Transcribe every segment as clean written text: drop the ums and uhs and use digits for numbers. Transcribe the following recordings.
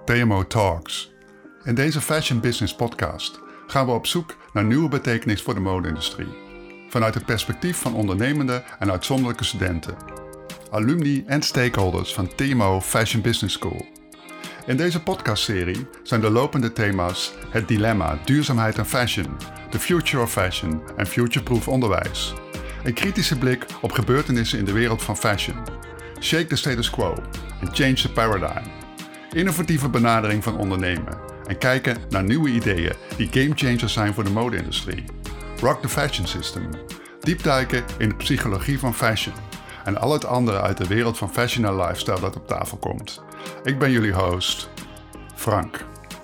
TMO Talks. In deze Fashion Business podcast gaan we op zoek naar nieuwe betekenis voor de mode-industrie. Vanuit het perspectief van ondernemende en uitzonderlijke studenten, alumni en stakeholders van TMO Fashion Business School. In deze podcastserie zijn de lopende thema's het dilemma, duurzaamheid en fashion, the future of fashion en futureproof onderwijs. Een kritische blik op gebeurtenissen in de wereld van fashion. Shake the status quo en change the paradigm. Innovatieve benadering van ondernemen en kijken naar nieuwe ideeën die gamechangers zijn voor de mode-industrie. Rock the fashion system. Diepduiken in de psychologie van fashion en al het andere uit de wereld van fashion en lifestyle dat op tafel komt. Ik ben jullie host, Frank.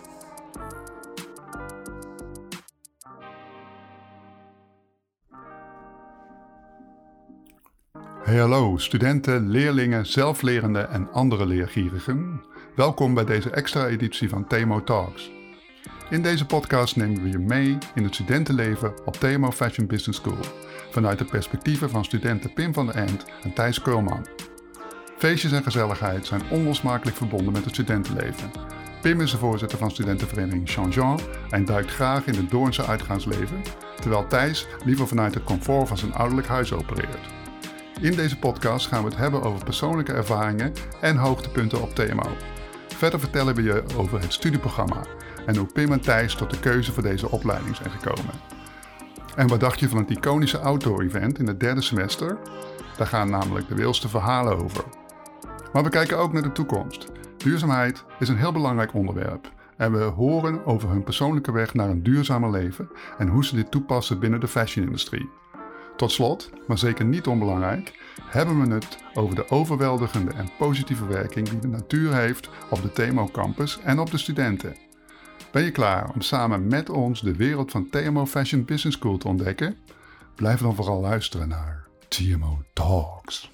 Hey hallo studenten, leerlingen, zelflerenden en andere leergierigen. Welkom bij deze extra editie van TMO Talks. In deze podcast nemen we je mee in het studentenleven op TMO Fashion Business School, vanuit de perspectieven van studenten Pim van der End en Thijs Keulman. Feestjes en gezelligheid zijn onlosmakelijk verbonden met het studentenleven. Pim is de voorzitter van studentenvereniging Jean-Jean en duikt graag in het Doornse uitgaansleven, terwijl Thijs liever vanuit het comfort van zijn ouderlijk huis opereert. In deze podcast gaan we het hebben over persoonlijke ervaringen en hoogtepunten op TMO. Verder vertellen we je over het studieprogramma en hoe Pim en Thijs tot de keuze voor deze opleiding zijn gekomen. En wat dacht je van het iconische outdoor-event in het derde semester? Daar gaan namelijk de wilste verhalen over. Maar we kijken ook naar de toekomst. Duurzaamheid is een heel belangrijk onderwerp en we horen over hun persoonlijke weg naar een duurzamer leven en hoe ze dit toepassen binnen de fashion-industrie. Tot slot, maar zeker niet onbelangrijk, hebben we het over de overweldigende en positieve werking die de natuur heeft op de TMO campus en op de studenten. Ben je klaar om samen met ons de wereld van TMO Fashion Business School te ontdekken? Blijf dan vooral luisteren naar TMO Talks.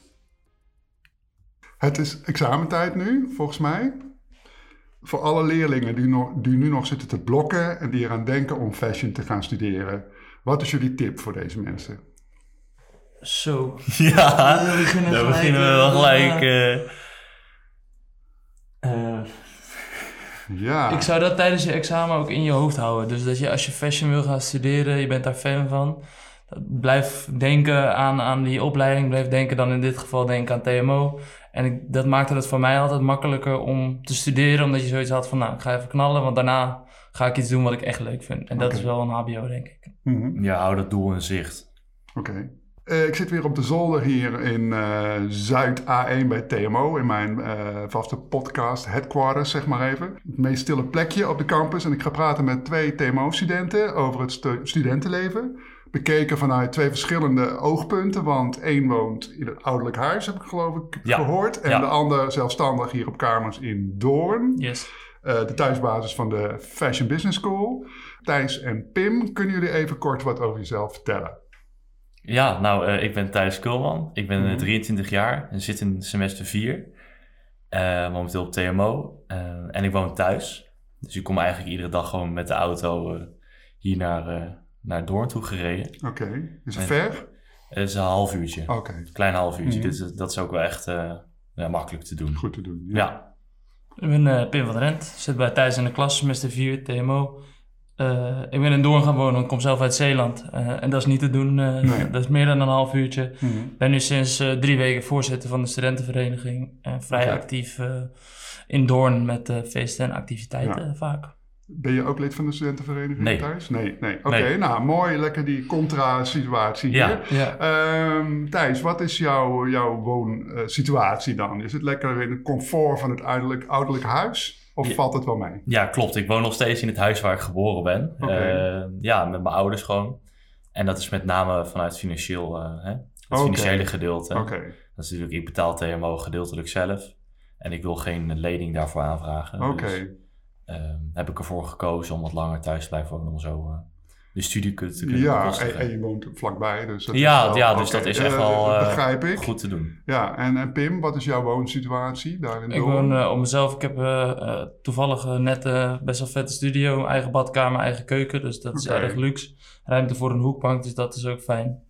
Het is examentijd nu, volgens mij. Voor alle leerlingen die nu nog zitten te blokken en die eraan denken om fashion te gaan studeren. Wat is jullie tip voor deze mensen? Zo. Ja, daar beginnen we wel gelijk. Ja. Ik zou dat tijdens je examen ook in je hoofd houden. Dus dat je als je fashion wil gaan studeren, je bent daar fan van. Blijf denken aan die opleiding. Blijf denken dan in dit geval denken aan TMO. En dat maakte het voor mij altijd makkelijker om te studeren. Omdat je zoiets had van, nou, ik ga even knallen. Want daarna ga ik iets doen wat ik echt leuk vind. En dat is wel een hbo, denk ik. Mm-hmm. Ja, hou dat doel in zicht. Oké. Ik zit weer op de zolder hier in Zuid A1 bij TMO, in mijn vaste podcast headquarters, zeg maar even. Het meest stille plekje op de campus en ik ga praten met 2 TMO-studenten over het studentenleven. Bekeken vanuit 2 verschillende oogpunten, want één woont in een ouderlijk huis, heb ik geloof ik gehoord. En de ander zelfstandig hier op kamers in Doorn. Yes. De thuisbasis van de Fashion Business School. Thijs en Pim, kunnen jullie even kort wat over jezelf vertellen? Ja, nou, ik ben Thijs Keulman. Ik ben 23 jaar en zit in semester 4. Momenteel op TMO. En ik woon thuis. Dus ik kom eigenlijk iedere dag gewoon met de auto hier naar Doorn toe gereden. Oké. Is het ver? Het is een half uurtje. Oké. Een klein half uurtje. Dus dat is ook wel echt makkelijk te doen. Goed te doen. Ja. Ik ben Pim van der End. Zit bij Thijs in de klas, semester 4, TMO. Ik ben in Doorn gaan wonen, ik kom zelf uit Zeeland. En dat is niet te doen, Nee. dat is meer dan een half uurtje. Mm-hmm. Ik ben nu sinds 3 weken voorzitter van de studentenvereniging. Vrij actief in Doorn met feesten en activiteiten vaak. Ben je ook lid van de studentenvereniging, Nee. Thijs? Nee. Oké, Nee. nou mooi, lekker die contra-situatie Ja. hier. Ja. Thijs, wat is jouw woonsituatie dan? Is het lekker in het comfort van het ouderlijk huis? Of valt het wel mee? Ja, klopt. Ik woon nog steeds in het huis waar ik geboren ben. Oké. Met mijn ouders gewoon. En dat is met name vanuit het financiële gedeelte. Oké. Dat is natuurlijk, ik betaal TMO gedeeltelijk zelf. En ik wil geen lening daarvoor aanvragen. Oké. Dus heb ik ervoor gekozen om wat langer thuis te blijven wonen. Om zo de studie te kunnen bekostigen. En je woont vlakbij. Dus dat dus dat is echt wel begrijp ik. goed te doen. Ja, en Pim, wat is jouw woonsituatie daar in Ik Doorn? woon op mezelf. Ik heb toevallig net best wel vette studio. Eigen badkamer, eigen keuken. Dus dat is erg luxe. Ruimte voor een hoekbank, dus dat is ook fijn.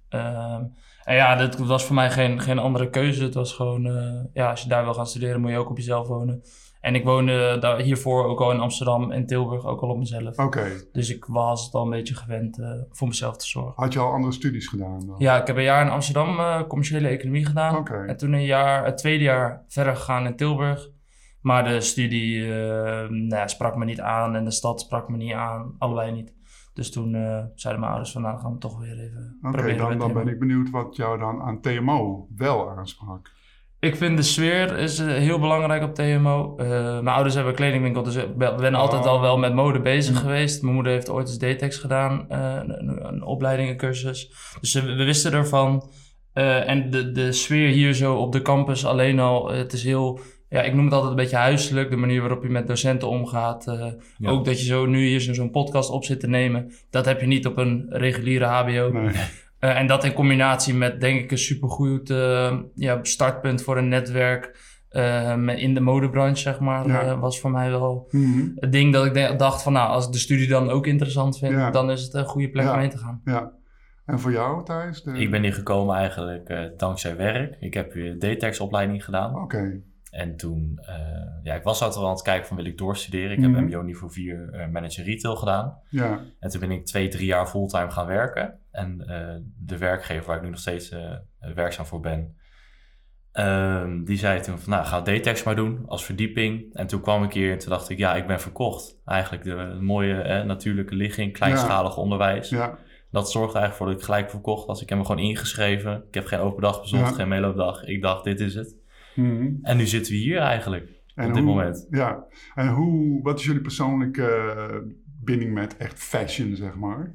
En ja, dat was voor mij geen andere keuze. Het was gewoon, als je daar wil gaan studeren, moet je ook op jezelf wonen. En ik woonde hiervoor ook al in Amsterdam en Tilburg ook al op mezelf. Oké. Dus ik was het al een beetje gewend voor mezelf te zorgen. Had je al andere studies gedaan dan? Ja, ik heb een jaar in Amsterdam commerciële economie gedaan. Oké. En toen het tweede jaar verder gegaan in Tilburg. Maar de studie sprak me niet aan en de stad sprak me niet aan. Allebei niet. Dus toen zeiden mijn ouders van, nou, dan gaan we toch weer even proberen. Oké, dan ben ik benieuwd wat jou dan aan TMO wel aansprak. Ik vind de sfeer is heel belangrijk op TMO. Mijn ouders hebben een kledingwinkel, dus ik ben altijd al wel met mode bezig geweest. Mijn moeder heeft ooit eens DTEX gedaan, een opleiding, een cursus. Dus we wisten ervan. En de sfeer hier zo op de campus alleen al, het is heel... Ja, ik noem het altijd een beetje huiselijk, de manier waarop je met docenten omgaat. Ook dat je zo nu hier zo'n podcast op zit te nemen, dat heb je niet op een reguliere HBO. Nee. En dat in combinatie met, denk ik, een supergoed startpunt voor een netwerk in de modebranche, zeg maar, was voor mij wel het ding dat ik dacht van, nou, als ik de studie dan ook interessant vind, dan is het een goede plek om heen te gaan. Ja. En voor jou, Thijs? Ik ben hier gekomen eigenlijk dankzij werk. Ik heb weer DTEX-opleiding gedaan. Oké. En toen, ik was altijd wel aan het kijken van wil ik doorstuderen. Ik heb MBO niveau 4 manager retail gedaan. Ja. En toen ben ik 2-3 jaar fulltime gaan werken. En de werkgever waar ik nu nog steeds werkzaam voor ben, die zei toen van, nou, ga DTEX maar doen als verdieping. En toen kwam ik hier en toen dacht ik, ja, ik ben verkocht. Eigenlijk de mooie natuurlijke ligging, kleinschalig onderwijs. Ja. Dat zorgde eigenlijk voor dat ik gelijk verkocht was. Ik heb me gewoon ingeschreven. Ik heb geen open dag bezocht, geen meeloopdag. Ik dacht, dit is het. En nu zitten we hier eigenlijk, op dit moment. Ja, en wat is jullie persoonlijke binding met echt fashion, zeg maar?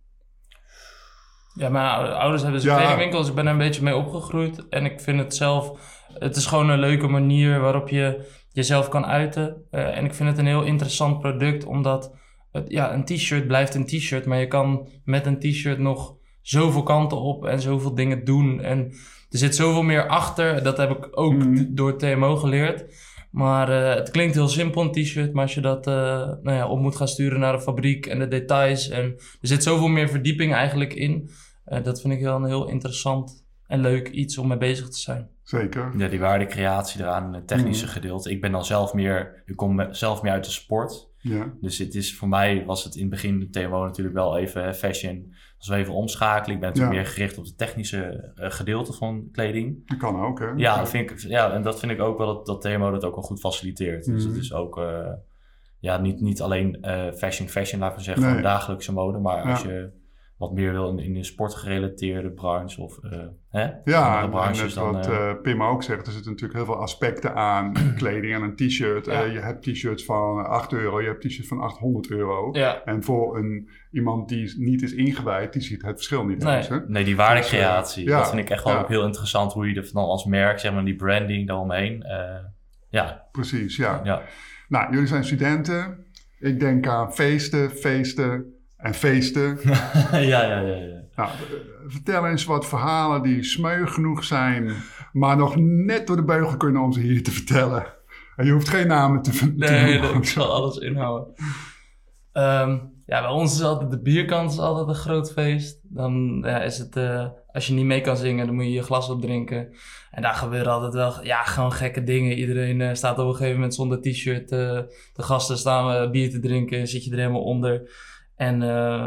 Ja, mijn ouders hebben dus een kledingwinkel, dus ik ben er een beetje mee opgegroeid. En ik vind het zelf, het is gewoon een leuke manier waarop je jezelf kan uiten. En ik vind het een heel interessant product, omdat een t-shirt blijft een t-shirt. Maar je kan met een t-shirt nog zoveel kanten op en zoveel dingen doen. En er zit zoveel meer achter. Dat heb ik ook door TMO geleerd. Maar het klinkt heel simpel, een t-shirt. Maar als je dat op moet gaan sturen naar de fabriek en de details. En er zit zoveel meer verdieping eigenlijk in. Dat vind ik wel een heel interessant en leuk iets om mee bezig te zijn. Zeker. Ja, die waardecreatie eraan, het technische gedeelte. Ik kom zelf meer uit de sport. Ja. Dus voor mij was het in het begin de TMO natuurlijk wel even fashion. Dat was even omschakelen. Ik ben natuurlijk meer gericht op het technische gedeelte van kleding. Dat kan ook, hè? Ja, en dat vind ik ook wel dat TMO dat ook wel goed faciliteert. Dus het is ook niet alleen fashion, laten we zeggen, gewoon dagelijkse mode. Maar als je wat meer wil in de sportgerelateerde branche of andere branches. Ja, wat Pim ook zegt, er zitten natuurlijk heel veel aspecten aan kleding en een t-shirt. Ja. Je hebt t-shirts van €8, je hebt t-shirts van €800. Ja. En voor iemand die niet is ingewijd, die ziet het verschil niet eens. Hè? Nee, die waardecreatie, dat vind ik echt wel ook heel interessant, hoe je er dan als merk, zeg maar, die branding daaromheen. Precies, ja. Nou, jullie zijn studenten. Ik denk aan feesten en feesten. Ja. Nou, vertel eens wat verhalen die smeu genoeg zijn, maar nog net door de beugel kunnen om ze hier te vertellen. En je hoeft geen namen te noemen. Ik zal alles inhouden. Bij ons is altijd de bierkant is altijd een groot feest. Dan is het, als je niet mee kan zingen, dan moet je je glas opdrinken. En daar gebeuren altijd wel gewoon gekke dingen. Iedereen staat op een gegeven moment zonder t-shirt. De gasten staan bier te drinken, zit je er helemaal onder. En,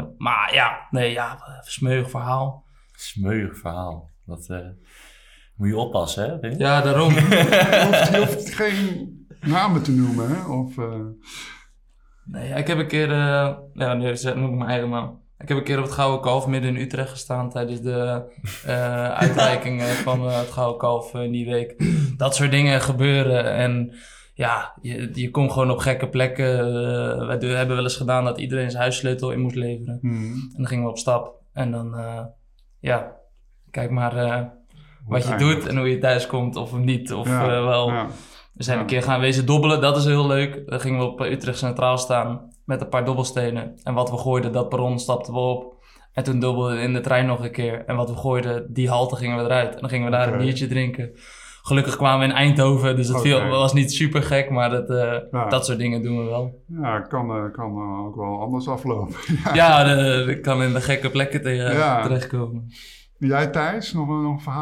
smeuig verhaal. Smeuig verhaal. Dat moet je oppassen, hè? Ja, daarom. Je hoeft geen namen te noemen, hè? Of, Nee, ik heb een keer... nu noem ik mijn eigen naam. Ik heb een keer op het Gouden Kalf midden in Utrecht gestaan tijdens de uitreiking van het Gouden Kalf in die week. Dat soort dingen gebeuren en... Ja, je komt gewoon op gekke plekken. We hebben wel eens gedaan dat iedereen zijn huissleutel in moest leveren. En dan gingen we op stap. En dan, kijk maar wat je doet en hoe je thuis komt of niet. Of We zijn een keer gaan wezen dobbelen, dat is heel leuk. Dan gingen we op Utrecht Centraal staan met een paar dobbelstenen. En wat we gooiden, dat perron stapten we op. En toen dobbelden we in de trein nog een keer. En wat we gooiden, die halte gingen we eruit. En dan gingen we daar een biertje drinken. Gelukkig kwamen we in Eindhoven, dus het was niet super gek, maar dat soort dingen doen we wel. Ja, kan ook wel anders aflopen. Dat kan in de gekke plekken terechtkomen. Jij Thijs, nog een verhaal?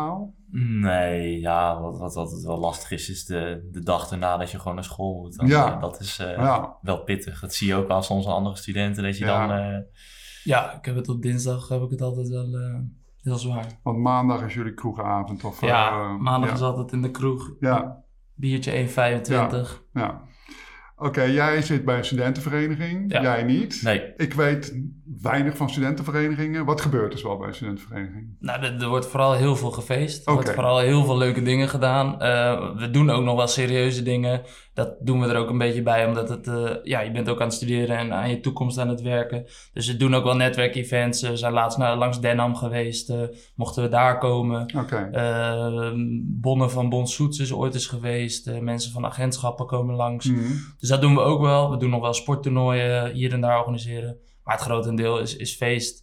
Nee, ja, wat altijd wel lastig is de dag erna dat je gewoon naar school moet. Dat is wel pittig. Dat zie je ook al soms aan andere studenten, dat je dan... Ja, ik heb het op dinsdag heb ik het altijd wel heel zwaar. Want maandag is jullie kroegavond of... maandag is altijd in de kroeg. Ja. Biertje 1,25. Ja. Oké, jij zit bij een studentenvereniging, jij niet. Nee. Ik weet weinig van studentenverenigingen. Wat gebeurt er wel bij een studentenvereniging? Nou, er wordt vooral heel veel gefeest. Er wordt vooral heel veel leuke dingen gedaan. We doen ook nog wel serieuze dingen. Dat doen we er ook een beetje bij, omdat het, je bent ook aan het studeren en aan je toekomst aan het werken. Dus we doen ook wel netwerkevents. We zijn laatst langs Denham geweest. Mochten we daar komen. Bonnen van Bons Soets is ooit eens geweest. Mensen van agentschappen komen langs. Dus dat doen we ook wel. We doen nog wel sporttoernooien hier en daar organiseren. Maar het grotendeel is feest.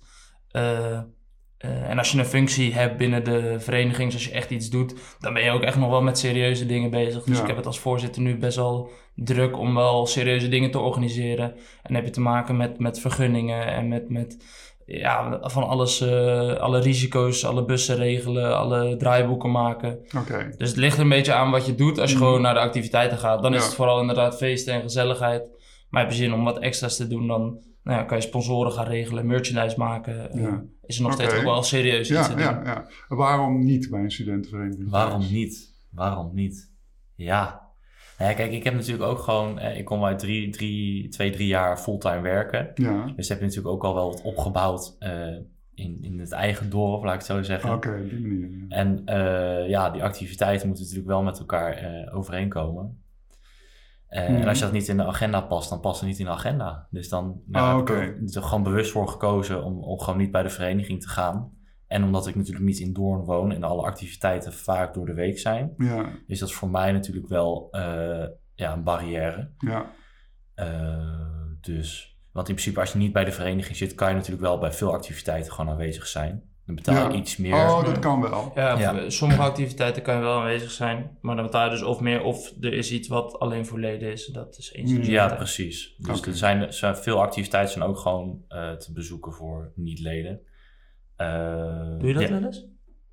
En als je een functie hebt binnen de vereniging, als je echt iets doet, dan ben je ook echt nog wel met serieuze dingen bezig. Dus ik heb het als voorzitter nu best wel druk om wel serieuze dingen te organiseren. En dan heb je te maken met vergunningen en met van alles, alle risico's, alle bussen regelen, alle draaiboeken maken. Dus het ligt er een beetje aan wat je doet. Als je gewoon naar de activiteiten gaat, dan is het vooral inderdaad feesten en gezelligheid. Maar heb je zin om wat extra's te doen, dan kan je sponsoren gaan regelen, merchandise maken. Is er nog steeds ook wel serieus iets te doen. Ja. Waarom niet bij een studentenvereniging? Waarom niet? Ja. Nou ja, kijk, ik heb natuurlijk ook gewoon... ik kom uit 2-3 jaar fulltime werken. Ja. Dus heb je natuurlijk ook al wel wat opgebouwd in het eigen dorp, laat ik het zo zeggen. Op die manier. Ja. En die activiteiten moeten natuurlijk wel met elkaar overeenkomen. En als je dat niet in de agenda past, dan past het niet in de agenda. Dus dan heb ik er gewoon bewust voor gekozen om gewoon niet bij de vereniging te gaan. En omdat ik natuurlijk niet in Doorn woon en alle activiteiten vaak door de week zijn, is dat voor mij natuurlijk wel een barrière. Ja. Want in principe als je niet bij de vereniging zit, kan je natuurlijk wel bij veel activiteiten gewoon aanwezig zijn. Dan betaal je iets meer. Oh, dat kan wel. Sommige activiteiten kan je wel aanwezig zijn, maar dan betaal je dus of meer of er is iets wat alleen voor leden is. Dat is één. Ja, precies. Dus er zijn veel activiteiten zijn ook gewoon te bezoeken voor niet-leden. Doe je dat wel eens?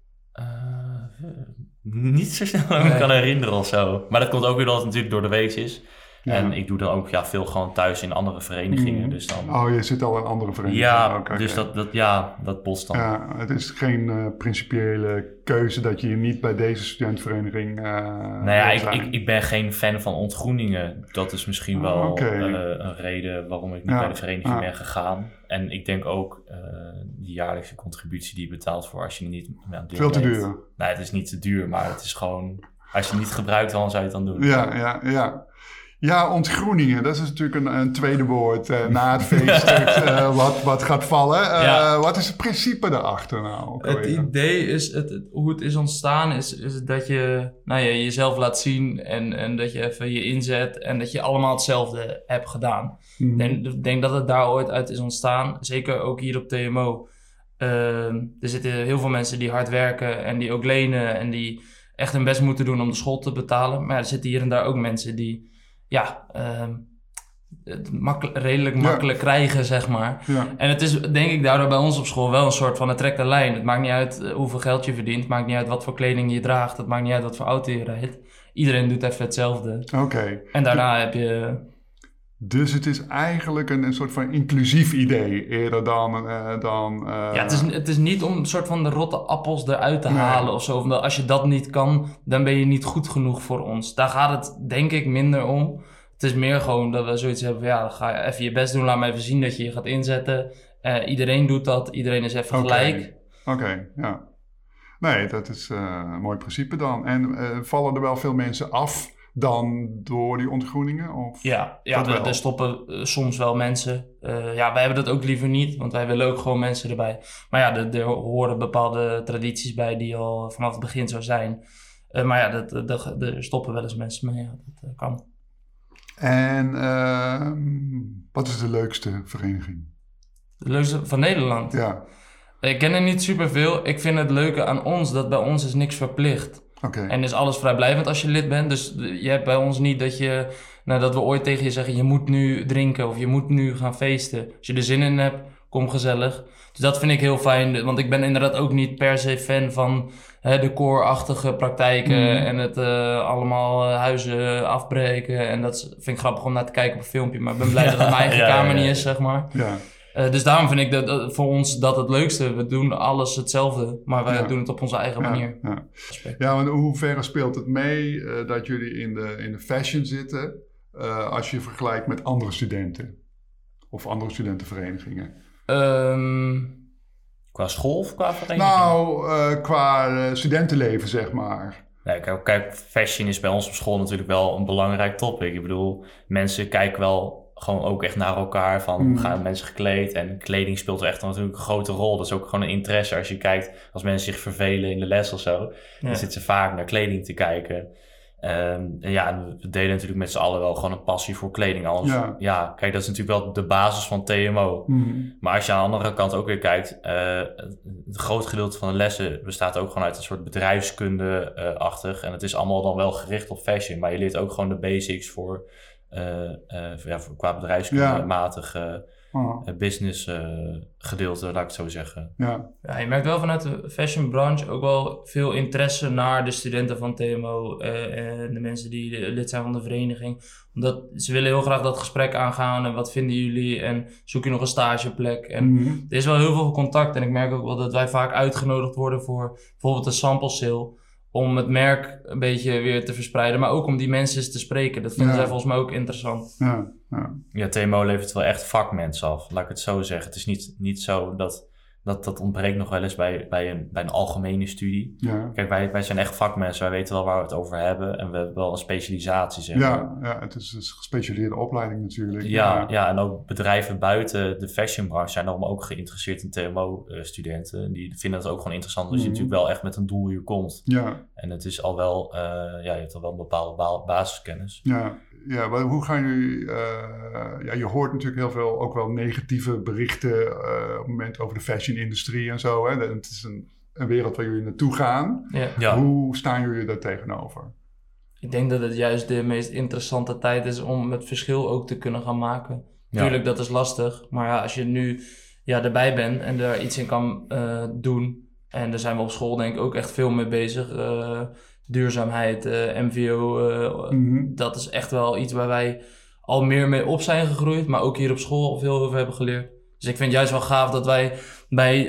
Niet zo snel als ik me kan herinneren of zo. Maar dat komt ook weer dat het natuurlijk door de week is. Ja. En ik doe dan ook veel gewoon thuis in andere verenigingen. Dus dan... je zit al in andere verenigingen. Ja, dus dat botst dan. Ja, het is geen principiële keuze dat je niet bij deze studentenvereniging ik ben geen fan van ontgroeningen. Dat is misschien wel een reden waarom ik niet bij de vereniging ben gegaan. En ik denk ook die jaarlijkse contributie die je betaalt voor als je niet aan veel te duur. Nee, het is niet te duur, maar het is gewoon... Als je het niet gebruikt, dan zou je het dan doen. Ja. Ja, ontgroeningen, dat is natuurlijk een tweede woord na het feest wat gaat vallen. Wat is het principe daarachter nou? Het idee is, hoe het is ontstaan, is dat je jezelf laat zien en dat je even je inzet en dat je allemaal hetzelfde hebt gedaan. Ik denk dat het daar ooit uit is ontstaan, zeker ook hier op TMO. Er zitten heel veel mensen die hard werken en die ook lenen en die echt hun best moeten doen om de school te betalen. Maar er zitten hier en daar ook mensen die het redelijk makkelijk krijgen, zeg maar. Ja. En het is denk ik daardoor bij ons op school wel een soort van een trekt een lijn. Het maakt niet uit hoeveel geld je verdient. Het maakt niet uit wat voor kleding je draagt. Het maakt niet uit wat voor auto je rijdt. Iedereen doet even hetzelfde. En daarna heb je... Dus het is eigenlijk een soort van inclusief idee eerder dan... het is niet om een soort van de rotte appels eruit te halen of zo. Omdat als je dat niet kan, dan ben je niet goed genoeg voor ons. Daar gaat het denk ik minder om. Het is meer gewoon dat we zoiets hebben van... dan ga je even je best doen. Laat me even zien dat je je gaat inzetten. Iedereen doet dat. Iedereen is even gelijk. Ja. Nee, dat is een mooi principe dan. En vallen er wel veel mensen af... dan door die ontgroeningen? Of er stoppen soms wel mensen. Wij hebben dat ook liever niet, want wij willen ook gewoon mensen erbij. Maar er horen bepaalde tradities bij die al vanaf het begin zo zijn. Er stoppen wel eens mensen mee, dat kan. En wat is de leukste vereniging? De leukste van Nederland? Ja. Ik ken er niet superveel. Ik vind het leuke aan ons, dat bij ons is niks verplicht. En is alles vrijblijvend als je lid bent. Dus je hebt bij ons niet dat we ooit tegen je zeggen... je moet nu drinken of je moet nu gaan feesten. Als je er zin in hebt, kom gezellig. Dus dat vind ik heel fijn, want ik ben inderdaad ook niet per se fan van de core-achtige praktijken en het allemaal huizen afbreken. En dat vind ik grappig om naar te kijken op een filmpje, maar ik ben blij dat het mijn eigen kamer niet is, zeg maar. Ja. Dus daarom vind ik dat voor ons dat het leukste. We doen alles hetzelfde, maar wij doen het op onze eigen manier. Ja, want in hoeverre speelt het mee dat jullie in de fashion zitten als je vergelijkt met andere studenten of andere studentenverenigingen? Qua school of qua vereniging? Nou, qua studentenleven, zeg maar. Nee, kijk, fashion is bij ons op school natuurlijk wel een belangrijk topic. Ik bedoel, mensen kijken wel gewoon ook echt naar elkaar van hoe gaan mensen gekleed. En kleding speelt echt natuurlijk een grote rol. Dat is ook gewoon een interesse. Als je kijkt, als mensen zich vervelen in de les of zo, dan zitten ze vaak naar kleding te kijken. En we delen natuurlijk met z'n allen wel gewoon een passie voor kleding. Anders, kijk, dat is natuurlijk wel de basis van TMO. Maar als je aan de andere kant ook weer kijkt, het groot gedeelte van de lessen bestaat ook gewoon uit een soort bedrijfskunde-achtig. En het is allemaal dan wel gericht op fashion. Maar je leert ook gewoon de basics voor qua bedrijfskunde-matig business gedeelte, laat ik het zo zeggen. Ja, je merkt wel vanuit de fashion branche ook wel veel interesse naar de studenten van TMO en de mensen die lid zijn van de vereniging. Omdat ze willen heel graag dat gesprek aangaan en wat vinden jullie en zoek je nog een stageplek. En er is wel heel veel contact en ik merk ook wel dat wij vaak uitgenodigd worden voor bijvoorbeeld een sample sale. Om het merk een beetje weer te verspreiden, maar ook om die mensen eens te spreken. Dat vinden zij volgens mij ook interessant. Ja, TMO levert wel echt vakmensen af, laat ik het zo zeggen. Het is niet zo dat ontbreekt nog wel eens bij een algemene studie. Ja. Kijk, wij zijn echt vakmensen, wij weten wel waar we het over hebben. En we hebben wel een specialisatie, zeg maar. Ja, het is een gespecialiseerde opleiding natuurlijk. Ja, en ook bedrijven buiten de fashionbranche zijn allemaal ook geïnteresseerd in TMO-studenten. Die vinden het ook gewoon interessant als je natuurlijk wel echt met een doel hier komt. Ja. En het is al wel, je hebt al wel een bepaalde basiskennis. Ja, maar hoe gaan jullie... je hoort natuurlijk heel veel ook wel negatieve berichten op het moment over de fashion-industrie en zo. Hè? Het is een wereld waar jullie naartoe gaan. Ja. Hoe staan jullie daar tegenover? Ik denk dat het juist de meest interessante tijd is om het verschil ook te kunnen gaan maken. Tuurlijk, dat is lastig. Maar als je nu erbij bent en er iets in kan doen... En daar zijn we op school denk ik ook echt veel mee bezig... duurzaamheid, MVO, dat is echt wel iets waar wij al meer mee op zijn gegroeid, maar ook hier op school veel over hebben geleerd. Dus ik vind het juist wel gaaf dat wij bij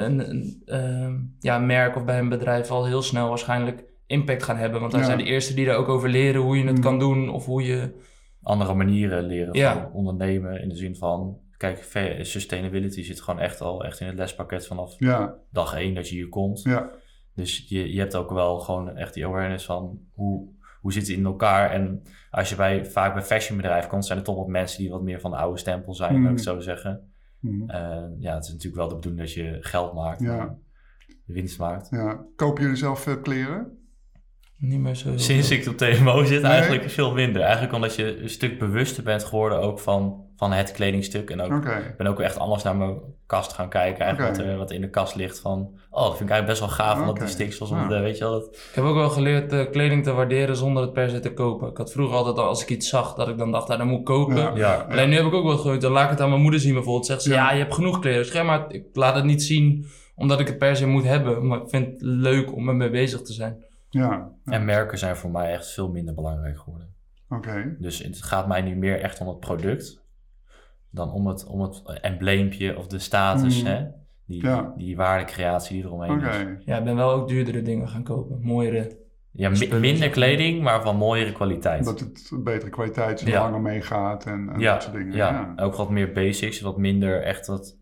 een merk of bij een bedrijf al heel snel waarschijnlijk impact gaan hebben. Want wij zijn de eerste die daar ook over leren hoe je het kan doen of hoe je... Andere manieren leren van ondernemen in de zin van... Kijk, sustainability zit gewoon echt in het lespakket vanaf dag 1 dat je hier komt. Ja. Dus je hebt ook wel gewoon echt die awareness van hoe zit het in elkaar. En als je vaak bij fashionbedrijven komt, zijn er toch wat mensen die wat meer van de oude stempel zijn, laat ik het zo zeggen. Het is natuurlijk wel de bedoeling dat je geld maakt, winst maakt. Ja. Kopen jullie zelf veel kleren? Niet meer zo. Sinds ik op TMO zit eigenlijk veel minder. Eigenlijk omdat je een stuk bewuster bent geworden ook van het kledingstuk. En ook, ik ben ook echt anders naar mijn kast gaan kijken. Eigenlijk wat in de kast ligt van... dat vind ik eigenlijk best wel gaaf. Omdat die stiksels, weet je wel. Dat... Ik heb ook wel geleerd kleding te waarderen zonder het per se te kopen. Ik had vroeger altijd als ik iets zag dat ik dan dacht, dat moet ik kopen. Alleen nu heb ik ook wel gegooid. Dan laat ik het aan mijn moeder zien bijvoorbeeld. Zegt ze, je hebt genoeg kleding. Maar ik laat het niet zien omdat ik het per se moet hebben. Maar ik vind het leuk om ermee bezig te zijn. En merken zijn voor mij echt veel minder belangrijk geworden. Dus het gaat mij nu meer echt om het product dan om het embleempje of de status, hè? Die waardecreatie die eromheen is. Ja, ik ben wel ook duurdere dingen gaan kopen, mooiere. Ja, minder kleding, maar van mooiere kwaliteit. Dat het betere kwaliteit langer meegaat en dat soort dingen. Ja, ook wat meer basics, wat minder echt wat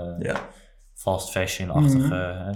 fast fashion-achtige.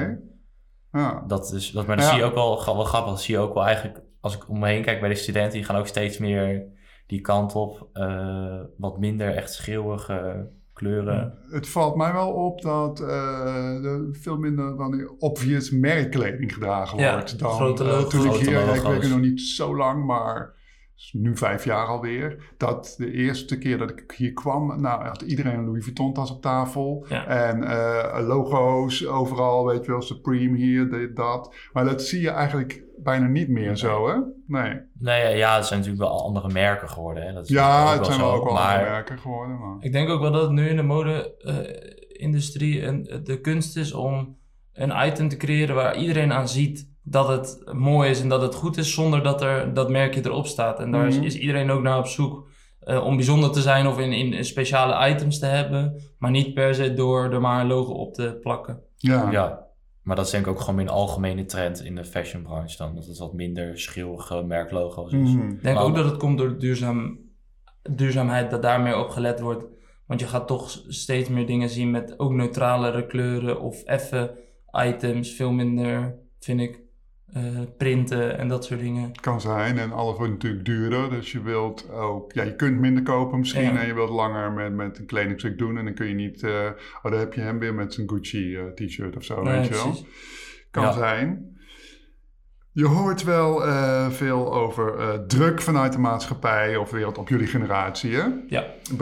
Ja. Maar dat zie je ook wel grappig. Dat zie je ook wel eigenlijk, als ik om me heen kijk bij de studenten, die gaan ook steeds meer die kant op. Wat minder echt schreeuwige kleuren. Het valt mij wel op dat er veel minder van die obvious merkkleding gedragen wordt. Dan grote logo's. Toen ik hier, ik werk er nog niet zo lang, maar nu 5 jaar alweer. Dat de eerste keer dat ik hier kwam, had iedereen een Louis Vuitton tas op tafel. En logo's overal, weet je wel, Supreme hier, dit, dat. Maar dat zie je eigenlijk bijna niet meer zo, hè? Nee, het zijn natuurlijk wel andere merken geworden. Hè? Dat is het zijn wel ook wel andere merken geworden. Maar... Ik denk ook wel dat het nu in de mode industrie de kunst is om een item te creëren waar iedereen aan ziet dat het mooi is en dat het goed is, zonder dat dat merkje erop staat. En daar is iedereen ook naar op zoek om bijzonder te zijn of in speciale items te hebben, maar niet per se door er maar een logo op te plakken. Ja, maar dat is denk ik ook gewoon meer een algemene trend in de fashionbranche dan. Dat het wat minder schreeuwige merklogo's is. Ik denk ook dat het komt door duurzaamheid, dat daar meer op gelet wordt. Want je gaat toch steeds meer dingen zien met ook neutralere kleuren of effen items. Veel minder, vind ik, printen en dat soort dingen. Kan zijn en alles wordt natuurlijk duurder. Dus je wilt ook, je kunt minder kopen misschien en je wilt langer met een kledingstuk doen. En dan kun je niet, daar heb je hem weer met zijn Gucci t-shirt of zo, weet je wel. Kan zijn. Je hoort wel veel over druk vanuit de maatschappij of wereld op jullie generatie, hè? Ja.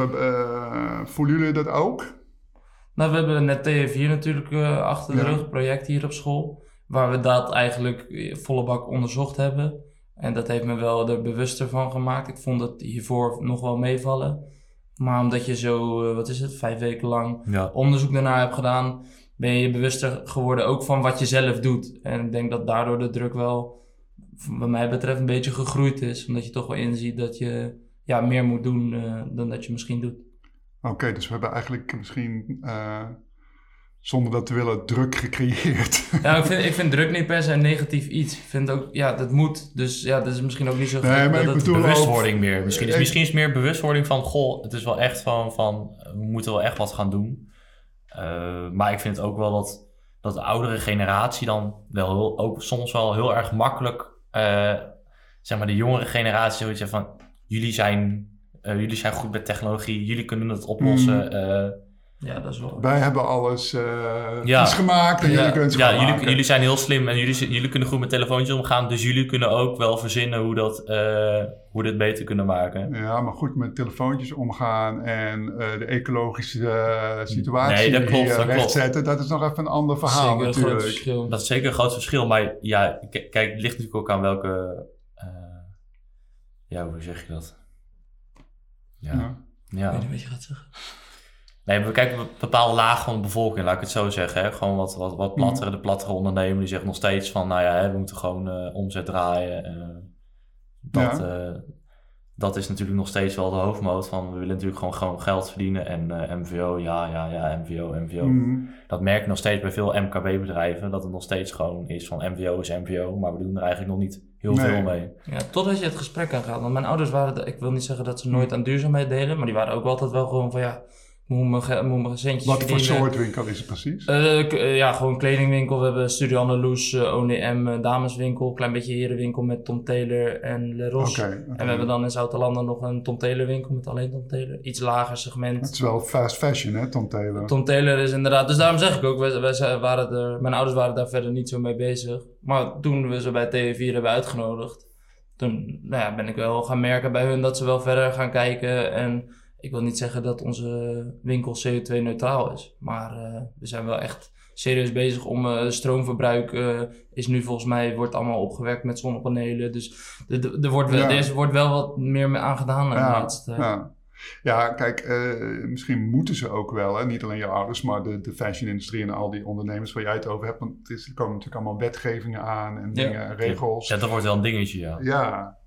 Voelen jullie dat ook? Nou, we hebben net TE4 natuurlijk achter de rug, project hier op school, waar we dat eigenlijk volle bak onderzocht hebben. En dat heeft me wel er bewuster van gemaakt. Ik vond het hiervoor nog wel meevallen. Maar omdat je zo, 5 weken lang onderzoek daarnaar hebt gedaan, ben je bewuster geworden ook van wat je zelf doet. En ik denk dat daardoor de druk wel, wat mij betreft, een beetje gegroeid is. Omdat je toch wel inziet dat je meer moet doen dan dat je misschien doet. Oké, dus we hebben eigenlijk misschien, zonder dat te willen, druk gecreëerd. Ja, ik vind druk niet per se een negatief iets. Ik vind ook, dat moet. Dus dat is misschien ook niet zo gek. Maar ik bedoel bewustwording meer. Misschien is meer bewustwording van, het is wel echt van we moeten wel echt wat gaan doen. Maar ik vind het ook wel dat de oudere generatie dan wel ook soms wel heel erg makkelijk, zeg maar de jongere generatie, zoiets van, jullie zijn goed met technologie, jullie kunnen het oplossen. Ja, dat is wel. Wij hebben alles iets gemaakt en jullie kunnen het maken. Jullie zijn heel slim en jullie kunnen goed met telefoontjes omgaan, dus jullie kunnen ook wel verzinnen hoe dit beter kunnen maken. Ja, maar goed met telefoontjes omgaan en de ecologische situatie rechtzetten, dat is nog even een ander verhaal zeker natuurlijk. Een verschil. Dat is zeker een groot verschil, maar kijk, het ligt natuurlijk ook aan welke, hoe zeg je dat? Ik weet niet wat je gaat zeggen. Nee, we kijken een bepaalde laag van de bevolking, laat ik het zo zeggen. Hè? Gewoon wat plattere, de plattere ondernemer, die zegt nog steeds van, we moeten gewoon omzet draaien. Dat is natuurlijk nog steeds wel de hoofdmoot van, we willen natuurlijk gewoon geld verdienen en MVO, MVO. Dat merk je nog steeds bij veel MKB-bedrijven, dat het nog steeds gewoon is van MVO is MVO, maar we doen er eigenlijk nog niet heel veel mee. Ja, totdat je het gesprek aangaat. Want mijn ouders waren, ik wil niet zeggen dat ze nooit aan duurzaamheid deden, maar die waren ook altijd wel gewoon van moet mijn centjes Wat voor verdienen. soort winkel is het precies? Gewoon kledingwinkel. We hebben Studio Andaluce, O&M, dameswinkel. Klein beetje herenwinkel met Tom Taylor en Le Ros. Okay. En we hebben dan in Zoutelanden nog een Tom Taylor winkel met alleen Tom Taylor. Iets lager segment. Het is wel fast fashion, hè, Tom Taylor? Tom Taylor is inderdaad... Dus daarom zeg ik ook, mijn ouders waren daar verder niet zo mee bezig. Maar toen we ze bij TE4 hebben uitgenodigd, toen ben ik wel gaan merken bij hun dat ze wel verder gaan kijken. En ik wil niet zeggen dat onze winkel CO2-neutraal is. Maar we zijn wel echt serieus bezig om stroomverbruik is nu volgens mij wordt allemaal opgewerkt met zonnepanelen. Dus er wordt wel wat meer aan gedaan. Ja, kijk, misschien moeten ze ook wel, hè? Niet alleen je ouders, maar de fashion-industrie en al die ondernemers waar jij het over hebt. Want er komen natuurlijk allemaal wetgevingen aan en dingen, regels. Ja, dat wordt wel een dingetje, Ja.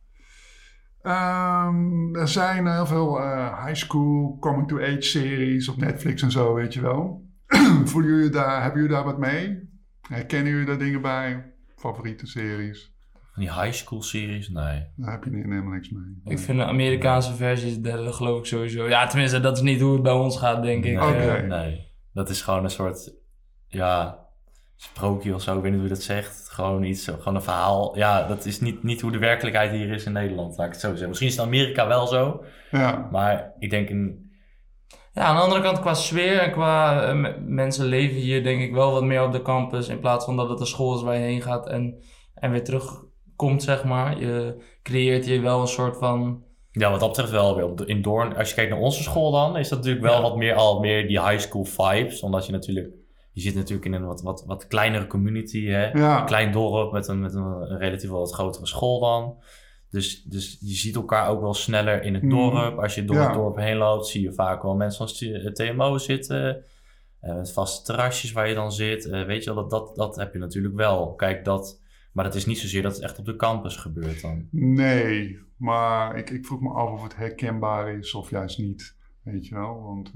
Er zijn heel veel high school, coming-to-age series op Netflix en zo, weet je wel. Hebben jullie daar wat mee? Herkennen jullie daar dingen bij? Favoriete series? Die high school series? Nee. Daar heb je helemaal niks mee. Ik vind de Amerikaanse versies, dat geloof ik sowieso. Ja, tenminste, dat is niet hoe het bij ons gaat, denk ik. Nee, dat is gewoon een soort, sprookje of zo. Ik weet niet hoe je dat zegt. Gewoon een verhaal. Ja, dat is niet hoe de werkelijkheid hier is in Nederland, laat ik het zo zeggen. Misschien is het in Amerika wel zo. Ja. Maar ik denk Ja, aan de andere kant qua sfeer en qua mensen leven hier denk ik wel wat meer op de campus. In plaats van dat het een school is waar je heen gaat en weer terugkomt, zeg maar. Je creëert hier wel een soort van... Ja, wat dat betreft wel weer. In Doorn, als je kijkt naar onze school dan, is dat natuurlijk wel wat meer die high school vibes. Omdat je zit natuurlijk in een wat kleinere community, hè? Ja. Een klein dorp met een relatief wat grotere school dan. Dus je ziet elkaar ook wel sneller in het dorp. Als je door het dorp heen loopt, zie je vaak wel mensen van TMO zitten. Met vaste terrasjes waar je dan zit. Weet je wel, dat heb je natuurlijk wel. Kijk, maar het is niet zozeer dat het echt op de campus gebeurt dan. Nee, maar ik vroeg me af of het herkenbaar is of juist niet. Weet je wel, want...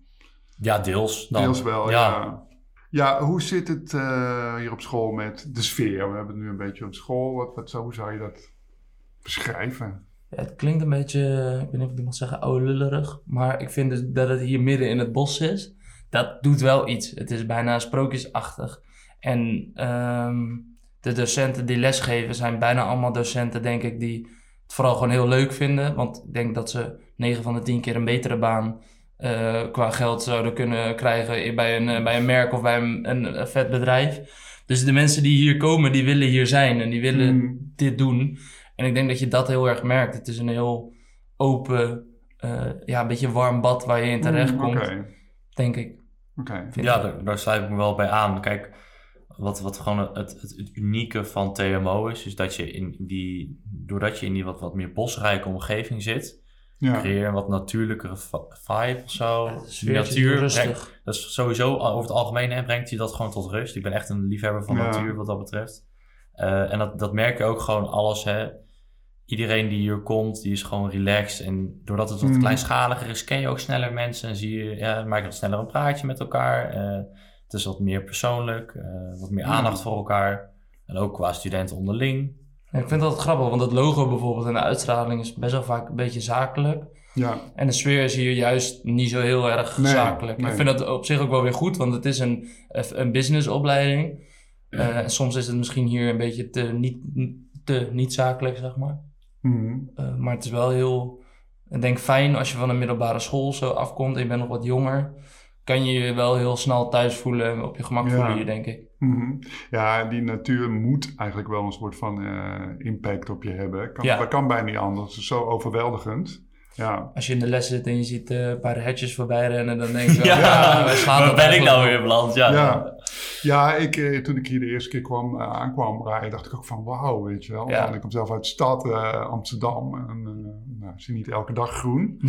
Ja, deels dan. Deels wel, ja. Ja, hoe zit het hier op school met de sfeer? We hebben het nu een beetje op school. Hoe zou je dat beschrijven? Ja, het klinkt een beetje, ik weet niet of ik mag zeggen, oude-lullerig. Maar ik vind dus dat het hier midden in het bos is. Dat doet wel iets. Het is bijna sprookjesachtig. En de docenten die lesgeven zijn bijna allemaal docenten, denk ik, die het vooral gewoon heel leuk vinden. Want ik denk dat ze 9 van de 10 keer een betere baan qua geld zouden kunnen krijgen bij een merk of bij een vet bedrijf. Dus de mensen die hier komen, die willen hier zijn en die willen dit doen. En ik denk dat je dat heel erg merkt. Het is een heel open, een beetje warm bad waar je in terecht komt, denk ik. Ja, daar sluit ik me wel bij aan. Kijk, wat gewoon het unieke van TMO is dat je doordat je in die wat meer bosrijke omgeving zit, creëer een wat natuurlijkere vibe of zo. Natuur, rustig. Dat is sowieso over het algemeen brengt je dat gewoon tot rust. Ik ben echt een liefhebber van natuur wat dat betreft. En dat merk je ook gewoon alles. Hè. Iedereen die hier komt, die is gewoon relaxed. En doordat het wat kleinschaliger is, ken je ook sneller mensen. En maak je wat sneller een praatje met elkaar. Het is wat meer persoonlijk, wat meer aandacht voor elkaar. En ook qua studenten onderling. Ja, ik vind dat grappig, want het logo bijvoorbeeld en de uitstraling is best wel vaak een beetje zakelijk. Ja. En de sfeer is hier juist niet zo heel erg zakelijk. Nee. Ik vind dat op zich ook wel weer goed, want het is een businessopleiding. En soms is het misschien hier een beetje te niet zakelijk, zeg maar. Maar het is wel heel, ik denk, fijn als je van een middelbare school zo afkomt en je bent nog wat jonger. Kan je je wel heel snel thuis voelen en op je gemak voelen hier, denk ik. Ja, die natuur moet eigenlijk wel een soort van impact op je hebben. Dat kan bijna niet anders. Het is zo overweldigend. Ja. Als je in de les zit en je ziet een paar hertjes voorbij rennen, dan denk je waar ben ik nou weer beland? Toen ik hier de eerste keer aankwam rijden, dacht ik ook van wauw, weet je wel. En ik kom zelf uit de stad, Amsterdam. En ik zie niet elke dag groen.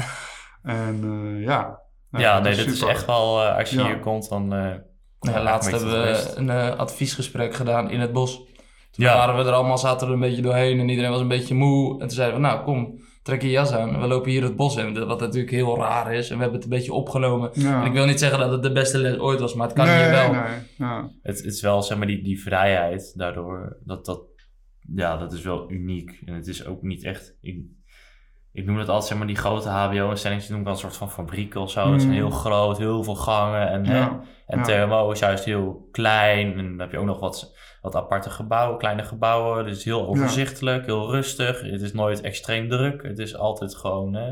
Dit is echt wel, als je hier komt, dan... laatst hebben we een adviesgesprek gedaan in het bos. Toen zaten we er een beetje doorheen en iedereen was een beetje moe. En toen zeiden we, nou kom, trek je jas aan. We lopen hier het bos in, wat natuurlijk heel raar is. En we hebben het een beetje opgenomen. Ja. En ik wil niet zeggen dat het de beste les ooit was, maar het kan hier wel. Het is wel, zeg maar, die vrijheid daardoor, dat is wel uniek. En het is ook niet echt... Ik noem het altijd, zeg maar, die grote HBO-instellingen, die noem ik wel een soort van fabrieken of zo. Dat zijn heel groot, heel veel gangen. En TMO is juist heel klein. En dan heb je ook nog wat aparte gebouwen, kleine gebouwen. Dus heel overzichtelijk, heel rustig. Het is nooit extreem druk. Het is altijd gewoon...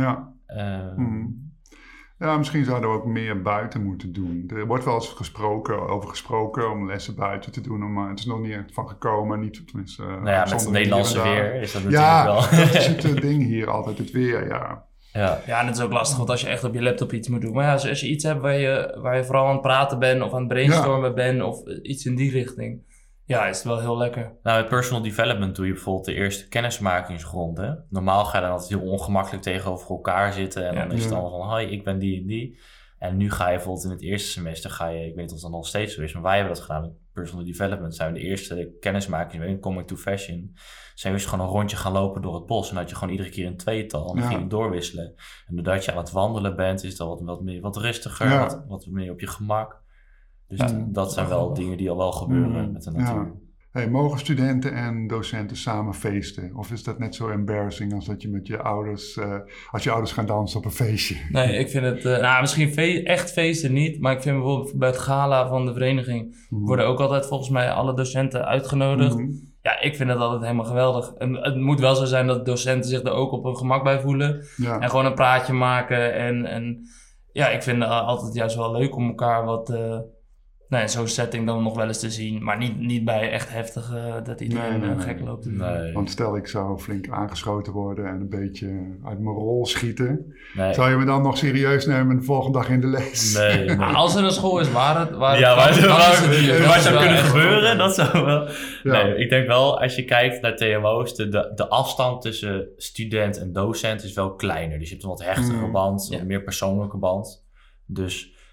Ja, misschien zouden we ook meer buiten moeten doen. Er wordt wel eens over gesproken om lessen buiten te doen, maar het is nog niet echt van gekomen. Niet, tenminste, met het Nederlandse weer is dat natuurlijk wel. Ja, dat is het ding hier altijd, het weer, Ja, en het is ook lastig, want als je echt op je laptop iets moet doen. Maar als je iets hebt waar je vooral aan het praten bent of aan het brainstormen bent of iets in die richting, is het wel heel lekker. Nou, met personal development doe je bijvoorbeeld de eerste kennismakingsronde. Normaal ga je dan altijd heel ongemakkelijk tegenover elkaar zitten en dan is het allemaal van, hoi, ik ben die en die. En nu ga je bijvoorbeeld in het eerste semester, ik weet niet of dat nog steeds zo is, maar wij hebben dat gedaan met personal development. Zijn we de eerste kennismakingsronde, Coming to Fashion, zijn we dus gewoon een rondje gaan lopen door het bos. En dat je gewoon iedere keer een tweetal en dan ging je doorwisselen. En doordat je aan het wandelen bent, is dat wat rustiger, wat meer op je gemak. Dus dat zijn wel dingen die al wel gebeuren met de natuur. Mogen studenten en docenten samen feesten? Of is dat net zo embarrassing als dat je met je ouders, als je ouders gaan dansen op een feestje? Nee, ik vind het, misschien echt feesten niet, maar ik vind bijvoorbeeld bij het gala van de vereniging worden ook altijd volgens mij alle docenten uitgenodigd. Ja, ik vind het altijd helemaal geweldig. En het moet wel zo zijn dat docenten zich er ook op hun gemak bij voelen. En gewoon een praatje maken. En ik vind het altijd juist wel leuk om elkaar wat... in zo'n setting dan nog wel eens te zien. Maar niet bij echt heftig dat iedereen gek loopt. Nee. Want stel ik zou flink aangeschoten worden en een beetje uit mijn rol schieten. Nee. Zou je me dan nog serieus nemen de volgende dag in de les? Nee. Als er een school is waar het zou kunnen gebeuren, dat zou wel... Ja. Nee, ik denk wel, als je kijkt naar TMO's, de afstand tussen student en docent is wel kleiner. Dus je hebt een wat hechtere band, een meer persoonlijke band. Dus...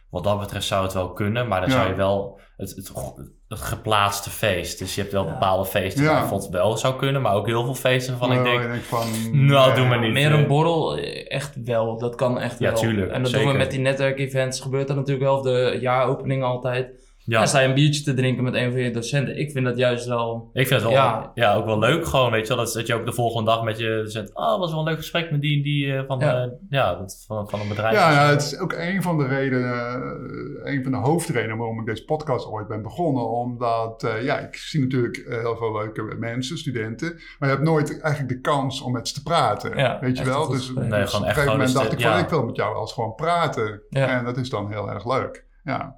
wat dat betreft zou het wel kunnen, maar dan zou je wel het geplaatste feest. Dus je hebt wel bepaalde feesten waar het wel zou kunnen, maar ook heel veel feesten waarvan ik denk doe maar niet. Meer een borrel, echt wel. Dat kan echt wel. Ja, tuurlijk. En dat zeker. doen we met die netwerkevents. Gebeurt dat natuurlijk wel, of de jaaropening altijd. Ja. Dan sta je een biertje te drinken met een van je docenten. Ik vind dat juist wel... Ik vind het wel, ook wel leuk gewoon, weet je wel. Dat je ook de volgende dag met je zegt... was wel een leuk gesprek met die van een bedrijf. Ja, het is ook een van de redenen... een van de hoofdredenen waarom ik deze podcast ooit ben begonnen. Omdat, ik zie natuurlijk heel veel leuke mensen, studenten. Maar je hebt nooit eigenlijk de kans om met ze te praten. Ja, weet je wel? Dus op een gegeven moment dacht ik van... ik wil met jou als gewoon praten. Ja. En dat is dan heel erg leuk. Ja.